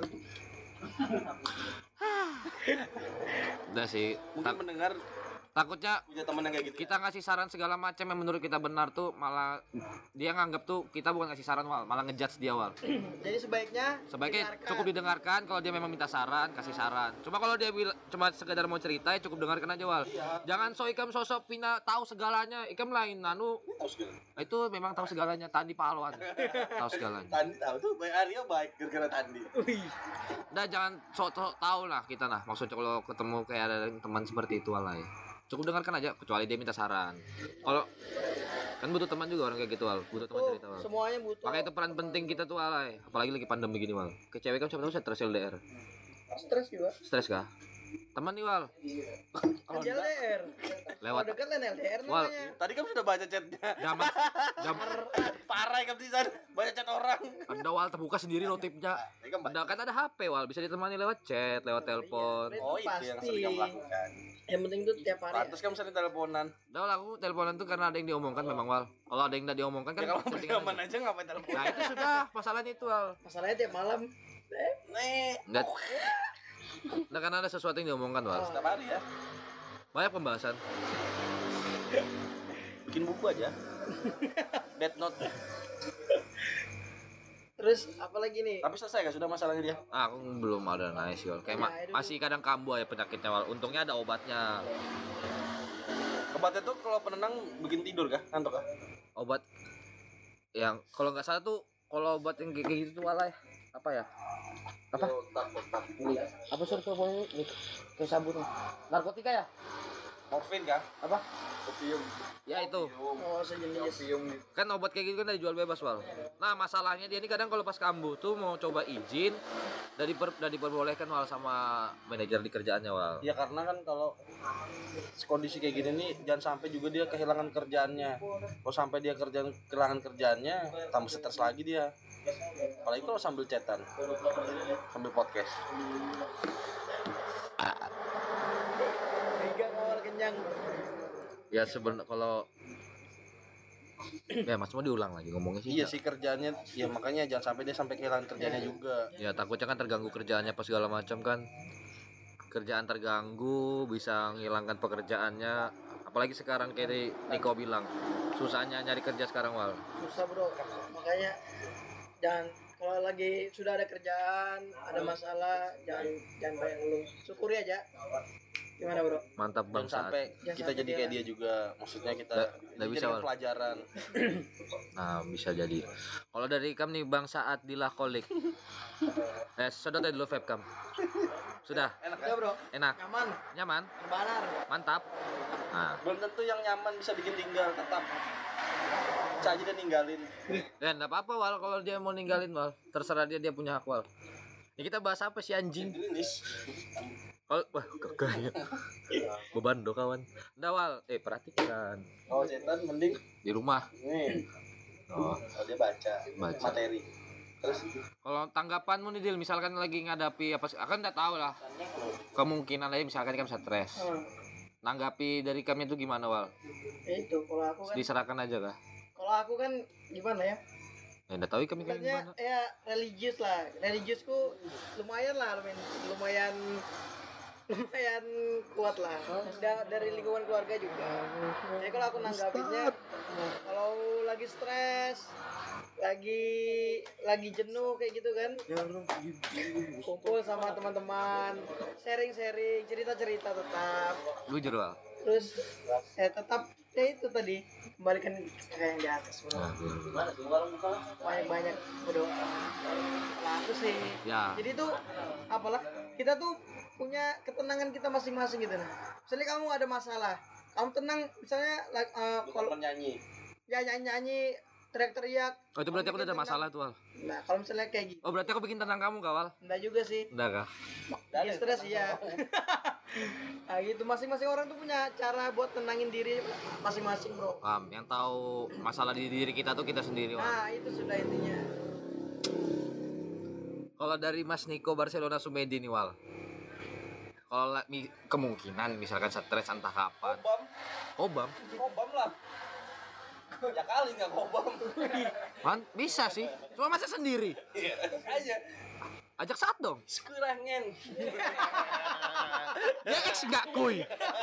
Udah sih. Mungkin Tak- mendengar takutnya punya teman yang kayak gitu. kita ngasih saran segala macam yang menurut kita benar tuh malah dia nganggap tuh kita bukan ngasih saran Wal, malah ngejudge dia Wal. Jadi sebaiknya Sebaiknya dengarkan. cukup didengarkan kalau dia memang minta saran, kasih saran. Cuma kalau dia bil- cuma sekedar mau cerita ya cukup dengarkan aja Wal. Jangan so ikam sosok pina tahu segalanya. Ikam lain anu Tahu segala. itu memang tahu segalanya, Tandi Pahlawan. Tahu segalanya. Tandi tahu tuh baik Arya baik gara-gara Tandi. Nah, jangan sok-sok tahu lah kita nah. Maksudnya kalau ketemu kayak ada teman seperti itu Wal ya. Cukup dengarkan aja kecuali dia minta saran. Kalau kan butuh teman juga orang kayak gitu Wal, butuh teman Tuh, cerita Wal. semuanya butuh. Makanya itu peran penting kita tuh Wal, apalagi lagi pandemi gini Wal. Ke cewek kan siapa tahu stres L D R. Stres juga. Stres kah? Teman nih Wal. Kan L D R. Lewat Kalau dekat kan L D R Wal. namanya. Tadi kan sudah baca chatnya. Gamat, gam, Parah kan di sana baca chat orang. ada Wal terbuka sendiri notifnya. Ini kan Ada kan ada H P Wal, bisa ditemani lewat chat, lewat telepon. Iya, Oh itu yang pasti. sering kamu lakukan. Yang penting tuh tiap hari. Pantes kamu sering teleponan. Udah Wal, aku teleponan tuh karena ada yang diomongkan memang Wal. Kalau ada yang tidak diomongkan kan Ya kalau settingan aman aja. aja ngapain telepon? Nah itu sudah masalahnya itu Wal. Masalahnya tiap malam. Eh, Nih, Enggak. Nah karena ada sesuatu yang diomongkan Wal. setiap hari ya. Banyak pembahasan. Bikin buku aja. Death Note. terus apalagi nih? Tapi selesai kan sudah masalahnya dia? Ah, aku belum ada naik sih Wal. Kayak ma- Ya, itu masih kadang kambuh ya penyakitnya Wal. Untungnya ada obatnya. Obatnya tuh kalau penenang bikin tidur kah? Ngantuk kah? Obat yang kalau nggak salah tuh kalau obat yang kayak gitu tuh Wal ya. Apa ya? Apa? Apa sih pokoknya kayak sabun. Narkotika ya? Morfin kah? Apa? Opium. Ya itu. Oh, sejenis. Kan obat kayak gitu kan dijual bebas Wal. Nah masalahnya dia ini kadang kalau pas kambuh tuh mau coba izin dari per, dari diperbolehkan Wal sama manajer di kerjaannya Wal. Ya karena kan kalau kondisi kayak gini nih jangan sampai juga dia kehilangan kerjaannya. Kalau sampai dia kerjaan kehilangan kerjaannya tambah stres lagi dia. Apalagi kalau sambil chatan, sambil podcast. Tiga kawan kenyang. Ya sebenarnya kalau ya mas mau diulang lagi ngomongnya sih. Iya sih kerjaannya, ya makanya jangan sampai dia sampai kehilangan kerjaannya juga. Ya takutnya kan terganggu kerjaannya pas segala macam kan. Kerjaan terganggu bisa menghilangkan pekerjaannya. Apalagi sekarang kayak di Niko bilang susahnya nyari kerja sekarang Wal. Susah bro. Makanya jangan kalau lagi sudah ada kerjaan, ada masalah, jangan jangan banyak ngeluh. Syukuri aja. Gimana bro? Mantap Bang Jangan Saat. sampai Jangan kita sampai jadi dia- kayak dia juga. Maksudnya kita Nggak- nggak bisa, jadikan Wal. pelajaran. Nah bisa jadi. Kalau dari Ikam nih Bang Saat Dilakolik. Eh sedot ya dulu webcam. Sudah Enak Udah kan? bro. enak, Nyaman. nyaman, Banar. mantap. Nah, Belum tentu yang nyaman bisa bikin tinggal tetap. Bisa aja dia ninggalin. ya enggak apa-apa Wal kalau dia mau ninggalin Wal. Terserah dia dia punya hak Wal. Ini kita bahas apa sih anjing? Gerinis. Kalau wah kagak ya. Beban do kawan. Nggak Wal, eh perhatikan Kalau chatan mending di rumah. nih. Oh, Kalau dia baca, Baca. materi. Terus kalau tanggapanmu nih Dil, misalkan lagi ngadapi apa sih? Akan enggak tahu lah. Kemungkinan aja misalkan kan stres. Hmm. nanggapi dari kami itu gimana Wal? Ya itu kalau aku kan Diserahkan aja kah? kalau aku kan gimana ya? Ya udah tahu kami kayak Maksudnya gimana. ya religius lah. Religiusku lumayan lah, lumayan lumayan lumayan kuat lah. Da- dari lingkungan keluarga juga. Jadi kalau aku nanggapinnya kalau lagi stres, lagi lagi jenuh kayak gitu kan, kumpul sama teman-teman, sharing-sharing, cerita-cerita tetap. Jujur Wal. Terus ya tetap ya itu tadi kembalikan ke yang di atas bro. Nah, iya. Banyak-banyak berdoa. Lah aku sih. Ya. Jadi tuh apalah kita tuh punya ketenangan kita masing-masing gitu nah. Misalnya kamu ada masalah, kamu tenang misalnya like, uh, kalau penyanyi ya nyanyi-nyanyi teriak-teriak. Oh itu berarti aku kamu udah ada bikin masalah tenang. tuh Wal. Nah kalau misalnya kayak gitu, Oh berarti aku bikin tenang kamu kah Wal? enggak juga sih. Enggak kah? Bikin stres ya. Nah gitu masing-masing orang tuh punya cara buat tenangin diri masing-masing bro. Paham. Yang tahu masalah di diri kita tuh kita sendiri Wal. Nah itu sudah intinya. Kalau dari Mas Niko Barcelona Sumedi nih Wal. Kalau la- mi- kemungkinan misalkan stres entah kapan. kobam Kobam. kobam lah ya kali nggak kobam Man, bisa sih. Cuma masa sendiri. iya aja Ajak saat dong. sekurangan Ya ex enggak kuy.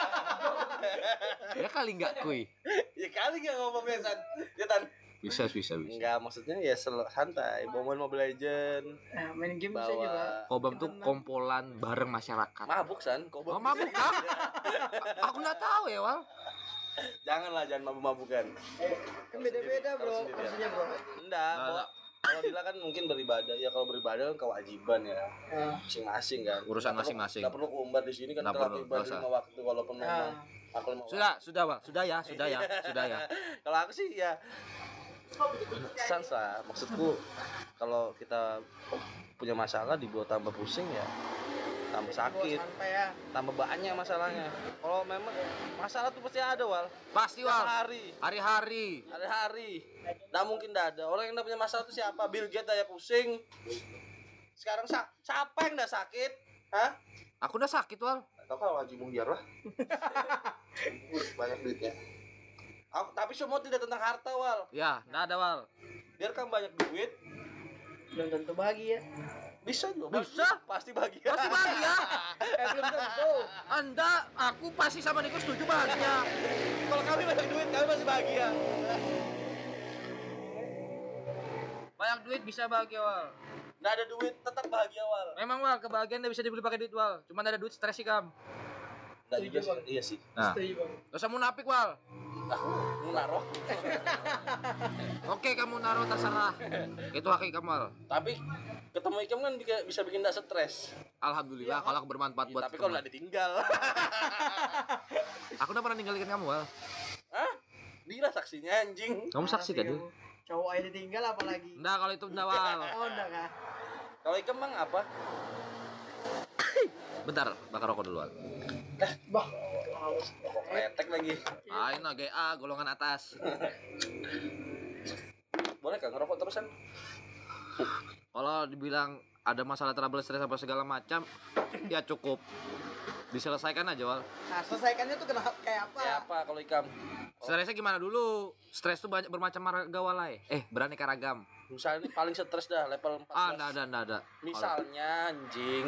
Ya kali enggak kuy. ya kali nggak ngomong ya San ya Tan Bisa bisa bisa. Enggak, maksudnya ya sel- santai, bawa main Mobile Legend, Nah, main game bisa juga. bawa Kobam tuh kompolan bareng masyarakat. mabuk San, Oh kobam. mabuk kah? Aku nggak tahu ya Wal. Janganlah, jangan mabuk-mabukan. Kan beda-beda Kalau bro, sendirian. maksudnya bro. Enggak, Nggak, bawa- kalau Dila kan mungkin beribadah, ya kalau beribadah kan kewajiban ya, Nah, masing-masing kan. Urusan Nggak perlu- masing-masing. Nggak perlu keumbar di sini kan Nggak telah perlu, ibadah nggak usah. lima waktu walaupun memang nah. aku lima waktu. Sudah sudah Wal. Sudah ya sudah ya sudah ya. Kalau aku sih ya sans lah, maksudku kalau kita punya masalah dibuat tambah pusing ya tambah sakit, Santai ya. tambah banyak masalahnya. Kalau memang masalah tuh pasti ada Wal, Pasti tiap Wal. hari Hari-hari. hari-hari. Nggak mungkin nggak ada orang yang nggak punya masalah tuh siapa? Bill Gates aja pusing. Sekarang sa- siapa yang nggak sakit? Hah? Aku udah sakit Wal. Tahu kalau Haji Muhyar lah. Banyak duitnya. Aku, tapi semua tidak tentang harta Wal. Ya, enggak ada Wal. Biarkan banyak duit, Belum tentu bahagia. bisa juga. Bisa. Pasti bahagia. Pasti bahagia. Eh belum tentu. Anda, aku pasti sama Niko setuju bahagia. Kalau kami banyak duit, kami masih bahagia. Banyak duit bisa bahagia Wal. Nggak ada duit, tetap bahagia Wal. Memang Wal, kebahagiaan tidak bisa dibeli pakai duit Wal. Cuma ada duit stres sih Kam. Nggak juga sih. Iya sih. Nah, Setuju bang. gak usah munafik Wal. Aku naruh. Oke kamu naruh terserah. Itu haki kamu Wal. Tapi ketemu Ikam kan bisa, bisa bikin nggak stres. Alhamdulillah kalau aku bermanfaat buat Tapi kalau kamu. nggak ditinggal. Aku udah pernah ninggalin kamu Wal. Hah? Dia saksinya anjing. Kamu saksi kan? Dil? Cowok aja ditinggal apalagi. Enggak, kalau itu enggak Wal. Oh enggak kah? Kalau Ikam bang apa? Bentar, bakar rokok dulu Wal. Bah. Rokok kretek lagi. Ah, ini G A golongan atas. Boleh kan ngerokok terusan? Kalau dibilang ada masalah trouble stres apa segala macam, ya cukup diselesaikan aja Wal. Nah selesaikannya tuh kenapa kayak apa? Kayak apa kalau Ikam? Stresnya gimana dulu? Stres tuh banyak bermacam marga walai. Eh, beraneka ragam. Misalnya ini paling stres dah level empat belas. Ah, enggak ada, enggak ada. Misalnya anjing.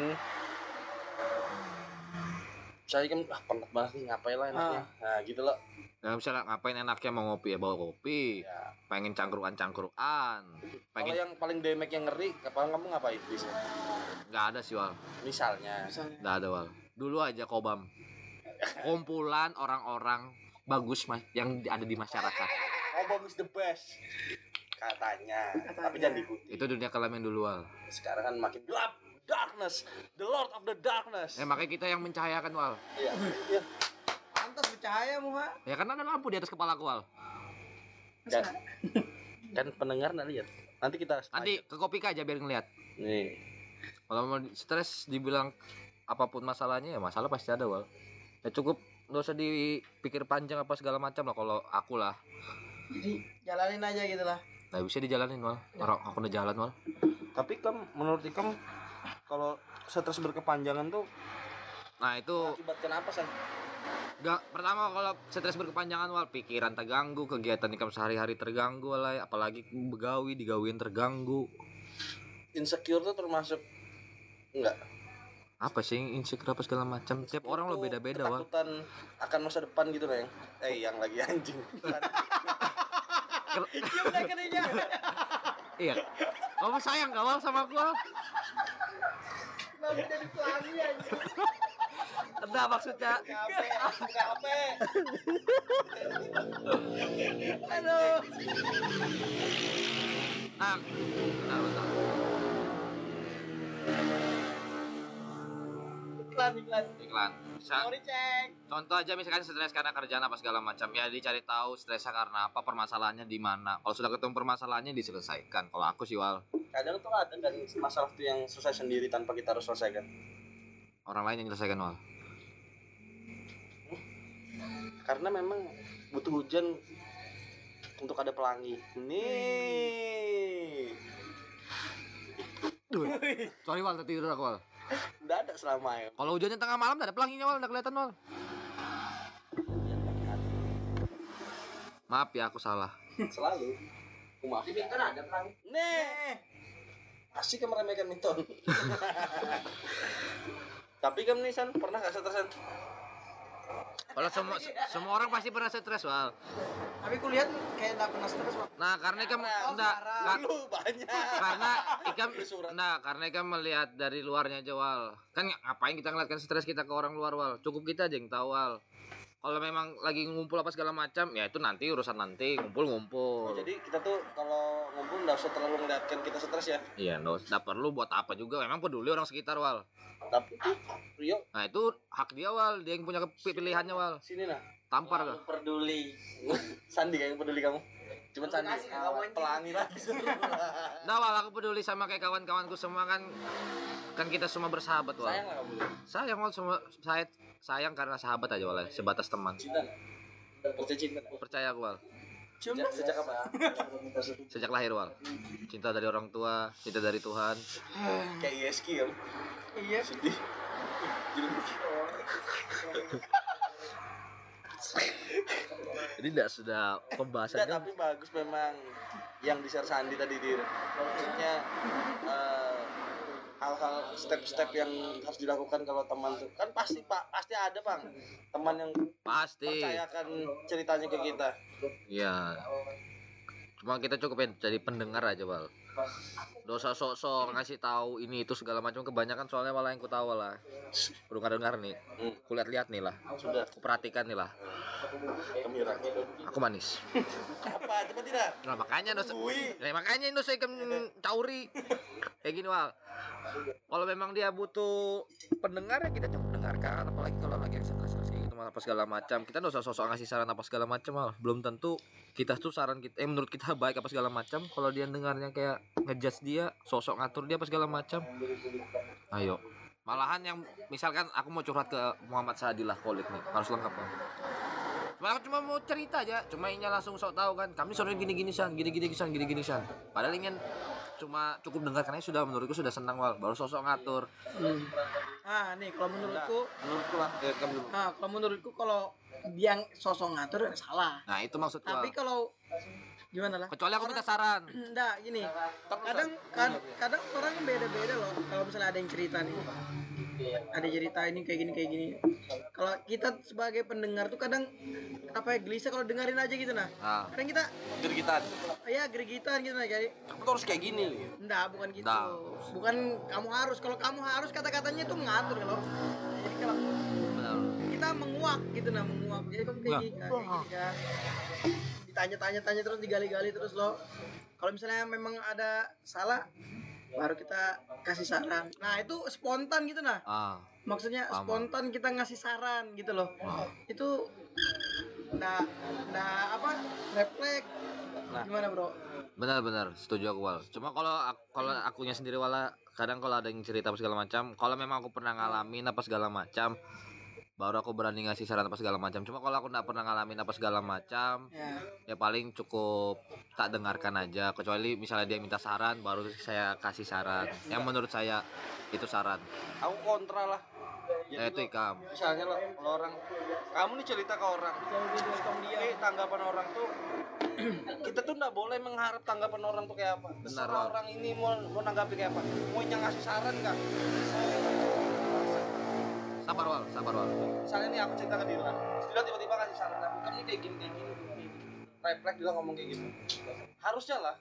Misalnya kan ah penat banget nih ngapain lah enaknya. Nah gitu loh. Ya, misalnya ngapain enaknya mau ngopi ya bawa kopi. Ya. Pengen cangkruan-cangkruan. Kalau Pengen yang paling damage yang ngeri, kapan kamu ngapain bisa? enggak ada sih Wal. Misalnya. Misalnya. Enggak ada Wal. Dulu aja Kobam. Kumpulan orang-orang bagus mas yang ada di masyarakat. Obama is the best. Katanya. Katanya. Tapi jangan diikuti. Itu dunia kelam yang dulu Wal. Sekarang kan makin gelap. Darkness. The Lord of the Darkness. Ya makanya kita yang mencahayakan Wal. Iya. Iya. Pantas bercahaya muha. Ya karena ada lampu di atas kepala aku Wal. Dan, kan pendengar nggak lihat. Nanti kita Nanti ke kopi aja biar ngeliat. nih. Kalau mau di- stres dibilang apapun masalahnya ya masalah pasti ada Wal. Ya cukup nggak usah dipikir panjang apa segala macam lah kalau aku lah. Jadi jalanin aja gitu lah. Nah bisa dijalanin Wal. Orang aku udah jalan Wal. Tapi kan menurut Ikam kalau stres berkepanjangan tuh Nah itu akibatkan apa San? Gak, pertama kalau stres berkepanjangan wal pikiran terganggu, kegiatan income sehari-hari terganggu lah, apalagi begawi digawin terganggu. Insecure tuh termasuk enggak? Apa sih insecure apa segala macam? Tiap orang lo Itu beda-beda wal. ketakutan akan masa depan gitu lah yang. Eh yang lagi anjing. Cium deh keningnya. Iya. Kamu sayang gak wal sama aku wal? Kenapa jadi pelangi anjing? Enggak maksudnya. Aduh. Ah, bentar, bentar. Iklan iklan. Iklan. Bisa. Sorry cek. Contoh aja misalkan stres karena kerjaan apa segala macam ya dicari tahu stresnya karena apa, permasalahannya di mana. Kalau sudah ketemu permasalahannya diselesaikan. Kalau aku sih wal, Kadang tuh ada kan masalah tuh yang selesai sendiri tanpa kita harus selesaikan. orang lain yang menyelesaikan wal. Karena memang butuh hujan untuk ada pelangi. Nih. Duh. Sorry wal, tadi tidur aku wal. Udah ada selama ya. Kalau hujannya tengah malam enggak ada pelanginya wal, enggak kelihatan wal. Maaf ya aku salah. Selalu. Aku maaf. Di Minton ada pelangi. Nih. Asik kan meremehkan Minton. Tapi kan nih San, pernah gak stresan? Kalau semua semua orang pasti pernah stres wal. Tapi kulihat kayak enggak pernah stres, Bang. Nah, karena ikam Oh, enggak sekarang. Lu banyak. karena ikam Surat. nah karena ikam melihat dari luarnya aja wal. Kan ngapain kita ngeliatkan stres kita ke orang luar wal. Cukup kita aja yang tahu wal. Kalau memang lagi ngumpul apa segala macam ya itu nanti urusan nanti ngumpul-ngumpul. Oh, jadi kita tuh kalau ngumpul nggak usah terlalu ngeliatkan kita stres ya. Iya, nggak perlu buat apa juga. Memang peduli orang sekitar wal. Tapi tuh Rio Nah itu hak dia wal, dia yang punya pilihannya wal. sini nah. Tampar gak? Peduli. Sandi kayak yang peduli kamu. Cuma Sandi. Pelangi lagi. Nah wal, aku peduli sama kayak kawan-kawanku semua kan. Kan kita semua bersahabat wal. Sayang lah kamu. Sayang wal semua saya sayang karena sahabat aja wal, sebatas teman. Cinta nggak? Percaya cinta nggak? Percaya aku wal. Cium Sejak, sejak apa? Sejak lahir wal. Cinta dari orang tua, cinta dari Tuhan. Kayak I S K kan? Iya. Sedih. Jadi tidak sudah Enggak, pembahasannya. tapi bagus memang yang di share Sandi tadi dir. Maksudnya eh, hal-hal step-step yang harus dilakukan kalau teman tuh kan pasti pak pasti ada bang teman yang Pasti. percayakan ceritanya ke kita. Iya. Cuma kita cukup ya jadi pendengar aja wal. Dosa sok-sok ngasih tahu ini itu segala macam kebanyakan soalnya malah yang ku tahu lah. Perlu dengar nih. Hmm. Ku lihat-lihat nih lah. Sudah Ku perhatikan nih lah. gembira. Aku manis. Apa cepat tidak? Nah makanya dosa. Bui. Ya, makanya dosa ikan cauri. Kayak gini wal. Kalau memang dia butuh pendengar ya kita cukup dengarkan. Apalagi kalau lagi yang stres-stres kayak gitu malah apa segala macam. Kita dosa sosok ngasih saran apa segala macam malah. Belum tentu kita tuh saran kita eh menurut kita baik apa segala macam. Kalau dia dengarnya kayak ngejudge dia, sosok ngatur dia apa segala macam. Ayo. Malahan yang misalkan aku mau curhat ke Muhammad Saadilah Khalid nih, harus lengkap kan. Malah cuma mau cerita aja, cuma inya langsung sok tahu kan. Kami sore gini-gini san, gini-gini san, gini-gini san. Padahal ingin cuma cukup dengarkan aja sudah menurutku sudah senang wal, baru sosok ngatur. Hmm. Ah, nih kalau menurutku, Menurutku lah ya kamu dulu. ah kalau menurutku kalau dia yang sosok ngatur ya salah. Nah, itu maksudku. Tapi Wal. kalau gimana lah? Kecuali aku minta saran. Enggak, gini. Kadang kad- kadang orang beda-beda loh. Kalau misalnya ada yang cerita nih. Ada cerita ini kayak gini kayak gini. Kalau kita sebagai pendengar tuh kadang apa ya gelisah kalau dengerin aja gitu nah. Nah, Kadang kita Gergitan. ya gregitan gitu nah jadi. Kamu tuh harus kayak gini. Enggak, bukan gitu. Enggak. Bukan kamu harus. Kalau kamu harus kata-katanya itu mengatur kalau. Jadi kalau benar. kita menguak gitu nah, menguak. Jadi kamu kayak Nah. gini, kayak gini kan. Ditanya-tanya-tanya terus digali-gali terus lo. Kalau misalnya memang ada salah baru kita kasih saran. Nah, itu spontan gitu nah. Ah, Maksudnya Paham. spontan kita ngasih saran gitu loh. ah. Itu nah nah apa refleks Nah. gimana bro? Benar-benar setuju aku wal. Cuma kalau aku, kalau akunya sendiri wala kadang kalau ada yang cerita apa segala macam, kalau memang aku pernah ngalamin apa segala macam, baru aku berani ngasih saran apa segala macam. Cuma kalau aku nggak pernah ngalamin apa segala macam, Ya. ya paling cukup tak dengarkan aja. Kecuali misalnya dia minta saran, baru saya kasih saran. Yang menurut saya itu saran. Aku kontra lah. Jadi Eh, itu lo- ikam. misalnya lo, lo orang kamu nih cerita ke orang, eh tanggapan orang tuh kita tuh nggak boleh mengharap tanggapan orang tuh kayak apa. Terserah Wal. orang ini mau mau nanggapi kayak apa, mau yang ngasih saran nggak. Sabar Wal, sabar Wal. Misalnya nih aku cerita ke Dilan, Dilan tiba-tiba kasih saran aku, kamu nih kayak gini kayak gini, kayak gini. Refleks Dilan ngomong kayak gitu. Harusnya lah,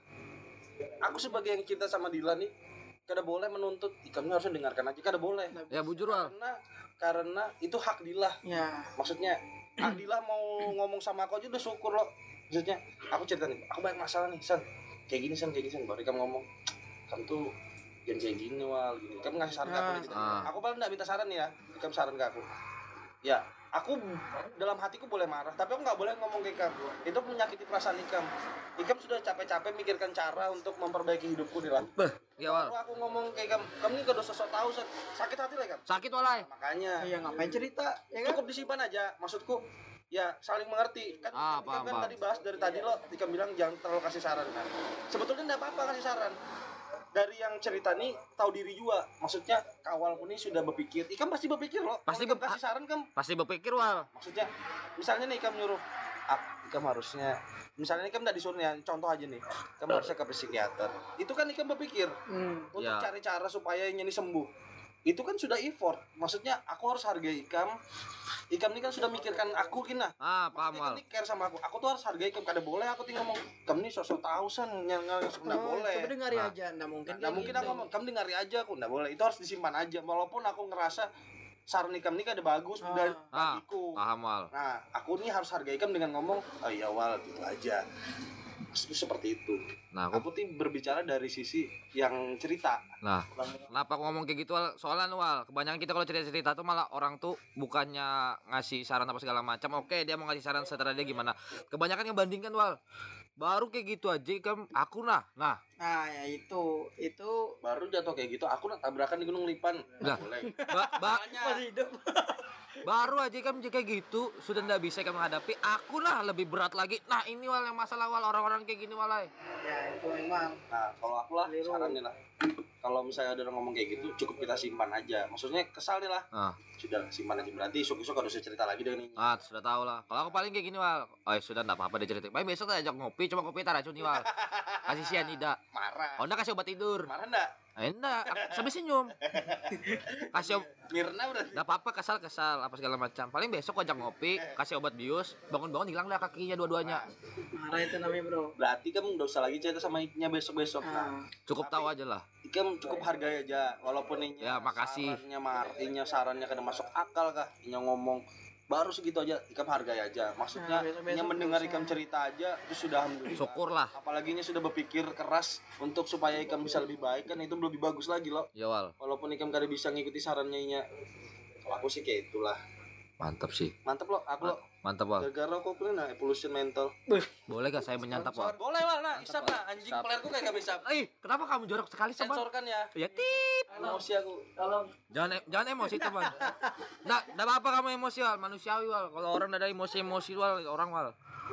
aku sebagai yang cinta sama Dilan nih, kada boleh menuntut, kamu harusnya dengarkan aja, kada boleh. Ya bujur Wal. Karena karena itu hak Dilah. Ya. Maksudnya hak Dilah mau ngomong sama aku aja udah syukur loh. Maksudnya aku cerita nih, aku banyak masalah nih, San. Kayak gini San, kayak gini San. Baru kamu ngomong, kamu tuh jangan kayak gini Wal, gini. Kamu ngasih saran ke aku Ah. gitu. Ah. Aku paling enggak minta saran nih ya, kamu saran ke aku. Ya, aku dalam hatiku boleh marah, tapi aku nggak boleh ngomong ke Ikam. Itu menyakiti perasaan Ikam. Ikam sudah capek-capek mikirkan cara untuk memperbaiki hidupku Dilan. Beh, ya Wal. Baru aku ngomong ke Ikam, kamu ini gak usah sok tahu, San. Sakit hati lah Ikam. Sakit Walai. Makanya Iya ngapain cerita ya kan? cukup disimpan aja, maksudku ya saling mengerti kan. Ah, Ikam paham, kan paham. tadi bahas dari tadi lo Ikam bilang jangan terlalu kasih saran kan, sebetulnya enggak apa-apa kasih saran. Dari yang cerita nih tahu diri juga, maksudnya kawalku nih sudah berpikir, Ikam pasti berpikir loh. Pasti Kalau Ikam be- kasih saran kan, Pasti berpikir Wal. maksudnya misalnya nih Ikam nyuruh ah, Ikam harusnya misalnya Ikam enggak disuruh ya, contoh aja nih, Ikam harusnya ke psikiater, itu kan Ikam berpikir Hmm. untuk Ya. cari cara supaya ini sembuh. Itu kan sudah effort, maksudnya aku harus hargai Ikam. Ikam ini kan sudah mikirkan aku gini lah. Ah, paham Maksudnya Wal. Ikam ini care sama aku. Aku tuh harus hargai Ikam. Kada boleh aku tinggal ngomong, kamu nih sosok tahu San, yang nggak Oh, boleh. coba dengari Nah. aja, nggak mungkin. Nah, kayak mungkin gitu. aku ngomong, kamu dengari aja aku, nggak boleh. Itu harus disimpan aja. Walaupun aku ngerasa saran Ikam ini kada bagus Ah. dari Ah, bagiku. paham Wal. Nah, aku nih harus hargai Ikam dengan ngomong, oh iya Wal, gitu aja. Maksudku seperti itu. Nah, aku Aku tuh berbicara dari sisi yang cerita. Nah, kenapa aku ngomong kayak gitu Wal? Soalnya Wal, kebanyakan kita kalau cerita-cerita tuh malah orang tuh bukannya ngasih saran apa segala macam. Oke, dia mau ngasih saran secara dia gimana. Kebanyakan yang bandingkan Wal. Baru kayak gitu aja kan aku nah. Nah, Nah, ya itu, itu Baru jatuh kayak gitu, aku nak tabrakan di Gunung Lipan. Lah. Nggak boleh. ba- ba- masih hidup. baru aja kan kayak gitu sudah ndak bisa kamu menghadapi. Aku lah lebih berat lagi. Nah, ini Wal yang masalah Wal, orang-orang kayak gini Walai. Ya itu memang. Nah, kalau aku lah Keliru. sarannya lah. Kalau misalnya ada orang ngomong kayak gitu, cukup kita simpan aja. Maksudnya kesal nih lah. Ah. Sudah simpan aja. Berarti esok-esok harus cerita lagi dengan ini. Ah, sudah tahu lah. Kalau aku paling kayak gini Wal. Oh, ya sudah enggak apa-apa dia cerita. Baik besok kita ajak ngopi, coba kopi tak racun nih Wal. Kasih sianida. Marah. Oh, enggak kasih obat tidur. Marah enggak? Eh, enggak, sampai senyum. Kasih ob- Mirna berarti. enggak apa-apa kesal-kesal apa segala macam. Paling besok ajak ngopi, kasih obat bius, bangun-bangun hilang dah kakinya dua-duanya. Marah itu namanya bro. Berarti kamu nggak usah lagi cerita sama ikhnya besok-besok. Nah, Ah, Cukup tahu aja lah. Ikam cukup hargai aja. Walaupun ini Ya, makasih. sarannya mar, inya sarannya kada masuk akal kah? Inya ngomong baru segitu aja, Ikam hargai aja. Maksudnya, Nah, besok-besok inya mendengar bisa. Ikam cerita aja itu sudah alhamdulillah. Syukur lah. Apalagi ini sudah berpikir keras untuk supaya Ikam bisa lebih baik, kan itu lebih bagus lagi loh. Ya Wal, Walaupun Ikam kada bisa ngikuti sarannya inya. Kalau aku sih kayak itulah. mantap sih. Mantep loh, aku loh. Mantap Wal. Gara-gara aku kena evolution mental. Boleh gak saya menyantap Wal? Boleh Wal, nah, isap nah. Anjing Isap. pelerku kayak gak bisa. Eh, kenapa kamu jorok sekali sobat? Sensorkan ya. Ya tit. Emosi aku. Jangan e- jangan emosi teman. Nggak, nggak apa-apa kamu emosi Wal, manusiawi Wal. Kalau orang ada emosi-emosi Wal, orang Wal.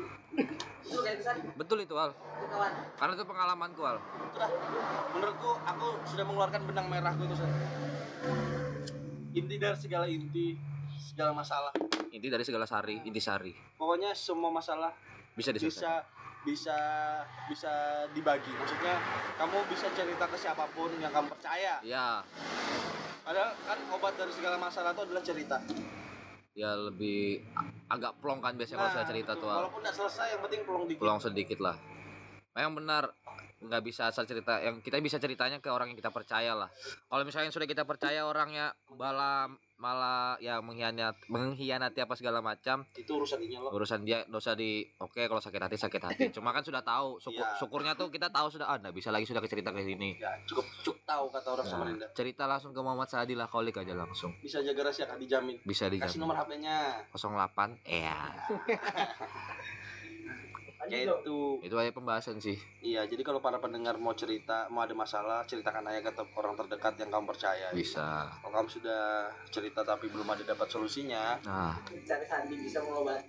Betul itu Wal. Karena itu pengalamanku Wal. Sudah, menurutku aku sudah mengeluarkan benang merahku itu. San. Inti dari segala inti, segala masalah. Inti dari segala sari, inti sari. Pokoknya semua masalah Bisa diselesaikan. bisa bisa bisa dibagi. Maksudnya kamu bisa cerita ke siapapun yang kamu percaya. Ya, Padahal kan obat dari segala masalah itu adalah cerita. ya lebih a- agak plong kan biasanya kalau saya cerita itu, tuh Wal. walaupun nggak selesai yang penting pelong dikit. Pulang sedikit lah. Memang benar nggak bisa asal cerita, yang kita bisa ceritanya ke orang yang kita percaya lah. Kalau misalnya sudah kita percaya orangnya malah malah ya mengkhianati mengkhianati apa segala macam, Itu urusan dia loh. urusan dia, dosa di oke kalau sakit hati sakit hati. Cuma kan sudah tahu syukur, Iya. syukurnya tuh kita tahu sudah ah nggak bisa lagi sudah cerita ke sini. Ya, cukup cukup tahu kata orang Nah, Samarinda. cerita langsung ke Muhammad Saadi lah kolik aja langsung. Bisa jaga rahasia kan dijamin. Bisa Kasih dijamin. nomor H P-nya. nol delapan ya. Kayak itu. Itu aja pembahasan sih. Iya, jadi kalau para pendengar mau cerita, mau ada masalah, ceritakan aja ke te- orang terdekat yang kamu percaya. Bisa. Kalau kamu sudah cerita tapi belum ada dapat solusinya, Nah, Cari Sandi bisa mengobati.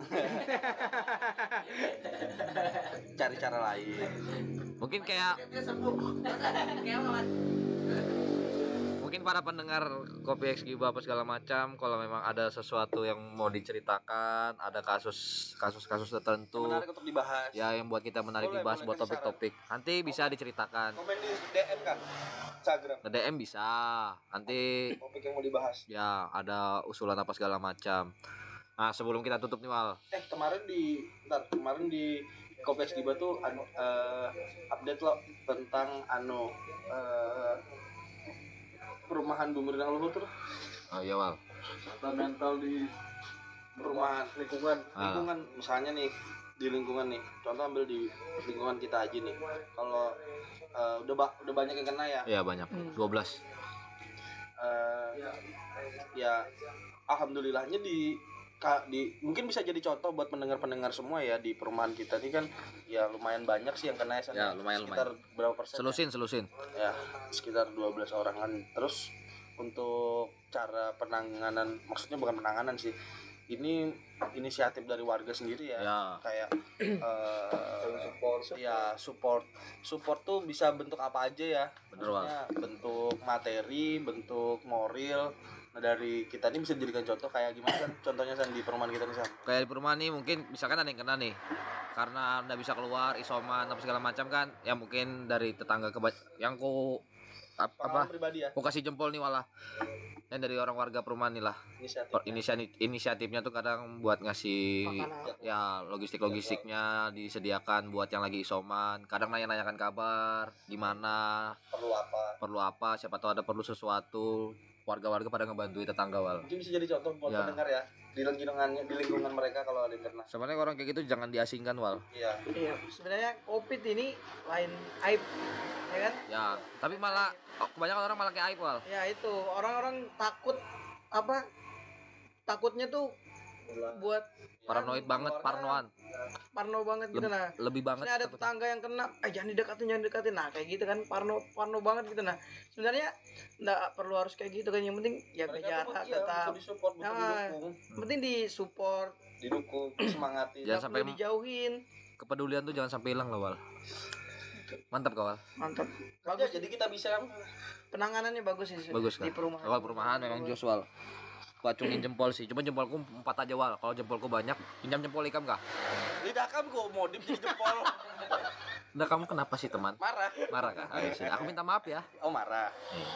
cari cara lain. mungkin kayak mungkin mungkin para pendengar Kopi X Giba apa segala macam, kalau memang ada sesuatu yang mau diceritakan, ada kasus kasus-kasus tertentu Menarik untuk dibahas. ya yang buat kita menarik Boleh, dibahas boleh, buat kasih topik-topik, nanti bisa diceritakan. Komen di D M kan Instagram Nge-D M bisa, nanti topik yang mau dibahas. ya ada usulan apa segala macam. Nah sebelum kita tutup nih Wal, Eh kemarin di ntar kemarin di Kopi X Giba tuh anu, eh, update lo tentang anu eh, perumahan Bumi Renang Luhur tuh. oh iya Wal, Mental di perumahan lingkungan Ah. lingkungan misalnya nih di lingkungan nih contoh ambil di lingkungan kita aja nih kalau eh, udah ba- udah banyak yang kena ya iya banyak, dua belas. eh, ya alhamdulillahnya di ka- di mungkin bisa jadi contoh buat pendengar-pendengar semua ya di perumahan kita ini kan ya lumayan banyak sih yang kena ya, San. Ya, lumayan, sekitar berapa persen Selusin, selusin. ya? Ya sekitar dua belas orangan. Terus untuk cara penanganan maksudnya bukan penanganan sih, ini inisiatif dari warga sendiri ya, Ya. kayak eh, support ya support support tuh bisa bentuk apa aja ya, Bener, maksudnya bentuk materi, bentuk moral. Nah dari kita ini bisa dijadikan contoh kayak gimana kan contohnya San di perumahan kita nih San. Kayak di perumahan nih mungkin misalkan ada yang kena nih karena nggak bisa keluar, isoman apa segala macam kan, ya mungkin dari tetangga ke yang ku ap- Pengalaman apa pribadi ya, ku kasih jempol nih Walah, yang dari orang warga perumahan nih lah. inisiatif. Inisiatif inisiatifnya tuh kadang buat ngasih Makanan. ya logistik-logistiknya disediakan buat yang lagi isoman, kadang nanya-nanyakan kabar gimana, Perlu apa? perlu apa, siapa tahu ada perlu sesuatu, warga-warga pada ngebantuin tetangga Wal. Mungkin bisa jadi contoh buat Ya. pendengar ya di lingkungannya di lingkungan mereka kalau ada yang kena. Sebenarnya orang kayak gitu jangan diasingkan Wal. Iya. Iya, sebenarnya COVID ini lain aib, ya kan? Ya, tapi malah oh, kebanyakan orang malah kayak aib Wal. Ya itu orang-orang takut apa? Takutnya tuh buat Paranoid banget, parnoan. parno banget gitu Leb- nah. Lebih banget. Misalnya ada takutnya. tetangga yang kena, eh jangan didekatin, jangan didekatin. Nah, kayak gitu kan parno parno banget gitu nah. Sebenarnya enggak perlu harus kayak gitu kan, yang penting jaga Mereka jarak tuh, iya, tetap. butuh disupport, butuh Nah, didukung, Yang penting disupport, didukung, semangatin. Jangan nggak sampai perlu dijauhin. kepedulian tuh jangan sampai hilang loh Wal. Mantap kawal. Mantap. Bagus, Bagus jadi kita bisa kan penanganannya bagus sih Bagus kan. di perumahan. Kalau perumahan memang jos Wal. Gua acungin jempol sih. Cuma jempolku empat aja Wal. Kalau jempolku banyak, pinjam jempol ikam kah? lidah kamu kok modif jadi jempol. Nah, kamu kenapa sih teman? Marah. Marah kah? Ayo, sini. Aku minta maaf ya. Oh marah.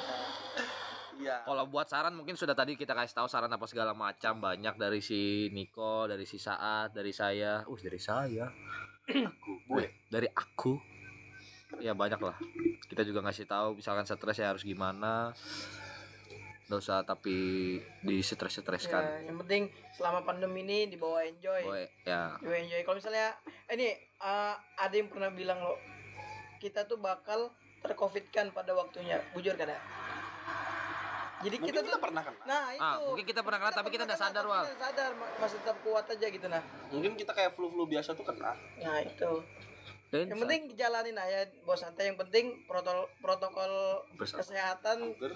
Iya. Kalau buat saran mungkin sudah tadi kita kasih tahu saran apa segala macam, banyak dari si Niko, dari si Saat, dari saya. Uh, dari saya. Aku, gue. Dari aku. Ya banyak lah. Kita juga ngasih tahu misalkan stres ya harus gimana. Nggak usah tapi di stres-streskan. Ya, yang penting selama pandemi ini dibawa enjoy. Boy, ya. Dibawa enjoy. Kalau misalnya eh, ini eh, ada yang pernah bilang lo kita tuh bakal tercovidkan pada waktunya. Bujur kan ya? Jadi Mungkin kita kita, tuh pernah kena. nah itu. Ah, mungkin kita pernah kena tapi kita nggak sadar, tapi Wal. kita sadar ma- masih tetap kuat aja gitu nah. Mungkin kita kayak flu-flu biasa tuh kena. Nah, itu. Dan Yang penting jalanin aja bos santai, yang penting protokol protokol Bersama. kesehatan Hampir.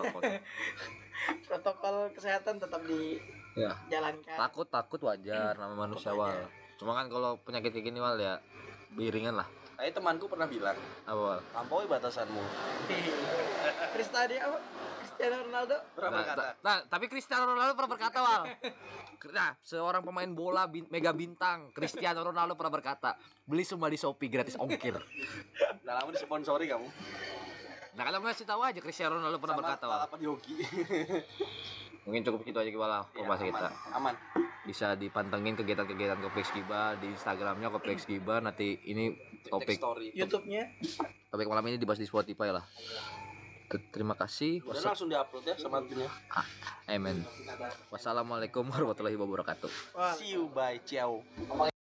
protokol kesehatan tetap ya. dijalankan. Takut takut wajar nama manusia Wal. Cuma kan kalau penyakit kayak gini Wal ya biringan lah. Kayak temanku pernah bilang, Apa Wal? lampaui batasanmu. Cristiano apa? Cristiano Ronaldo Pernah Nah, berkata. ta- nah, tapi Cristiano Ronaldo pernah berkata Wal. Nah, seorang pemain bola bin- mega bintang Cristiano Ronaldo pernah berkata, beli semua di Shopee gratis ongkir. Udah lama disponsori kamu. Nah, kalau ngasih tahu aja Cristiano Ronaldo pernah Sama berkata Wal. balapan Yogi. Mungkin cukup gitu aja Wal Ya, pembahasan aman. kita. Aman. Bisa dipantengin kegiatan-kegiatan Koplex Giba di Instagramnya Koplex Giba. Nanti ini topik Topik story. YouTube-nya. topik malam ini dibahas di Spotify lah. T- Terima kasih. Udah Wassa- langsung diupload ya sama adminnya. Amen. Wassalamualaikum warahmatullahi wabarakatuh. Wah. See you, bye, ciao.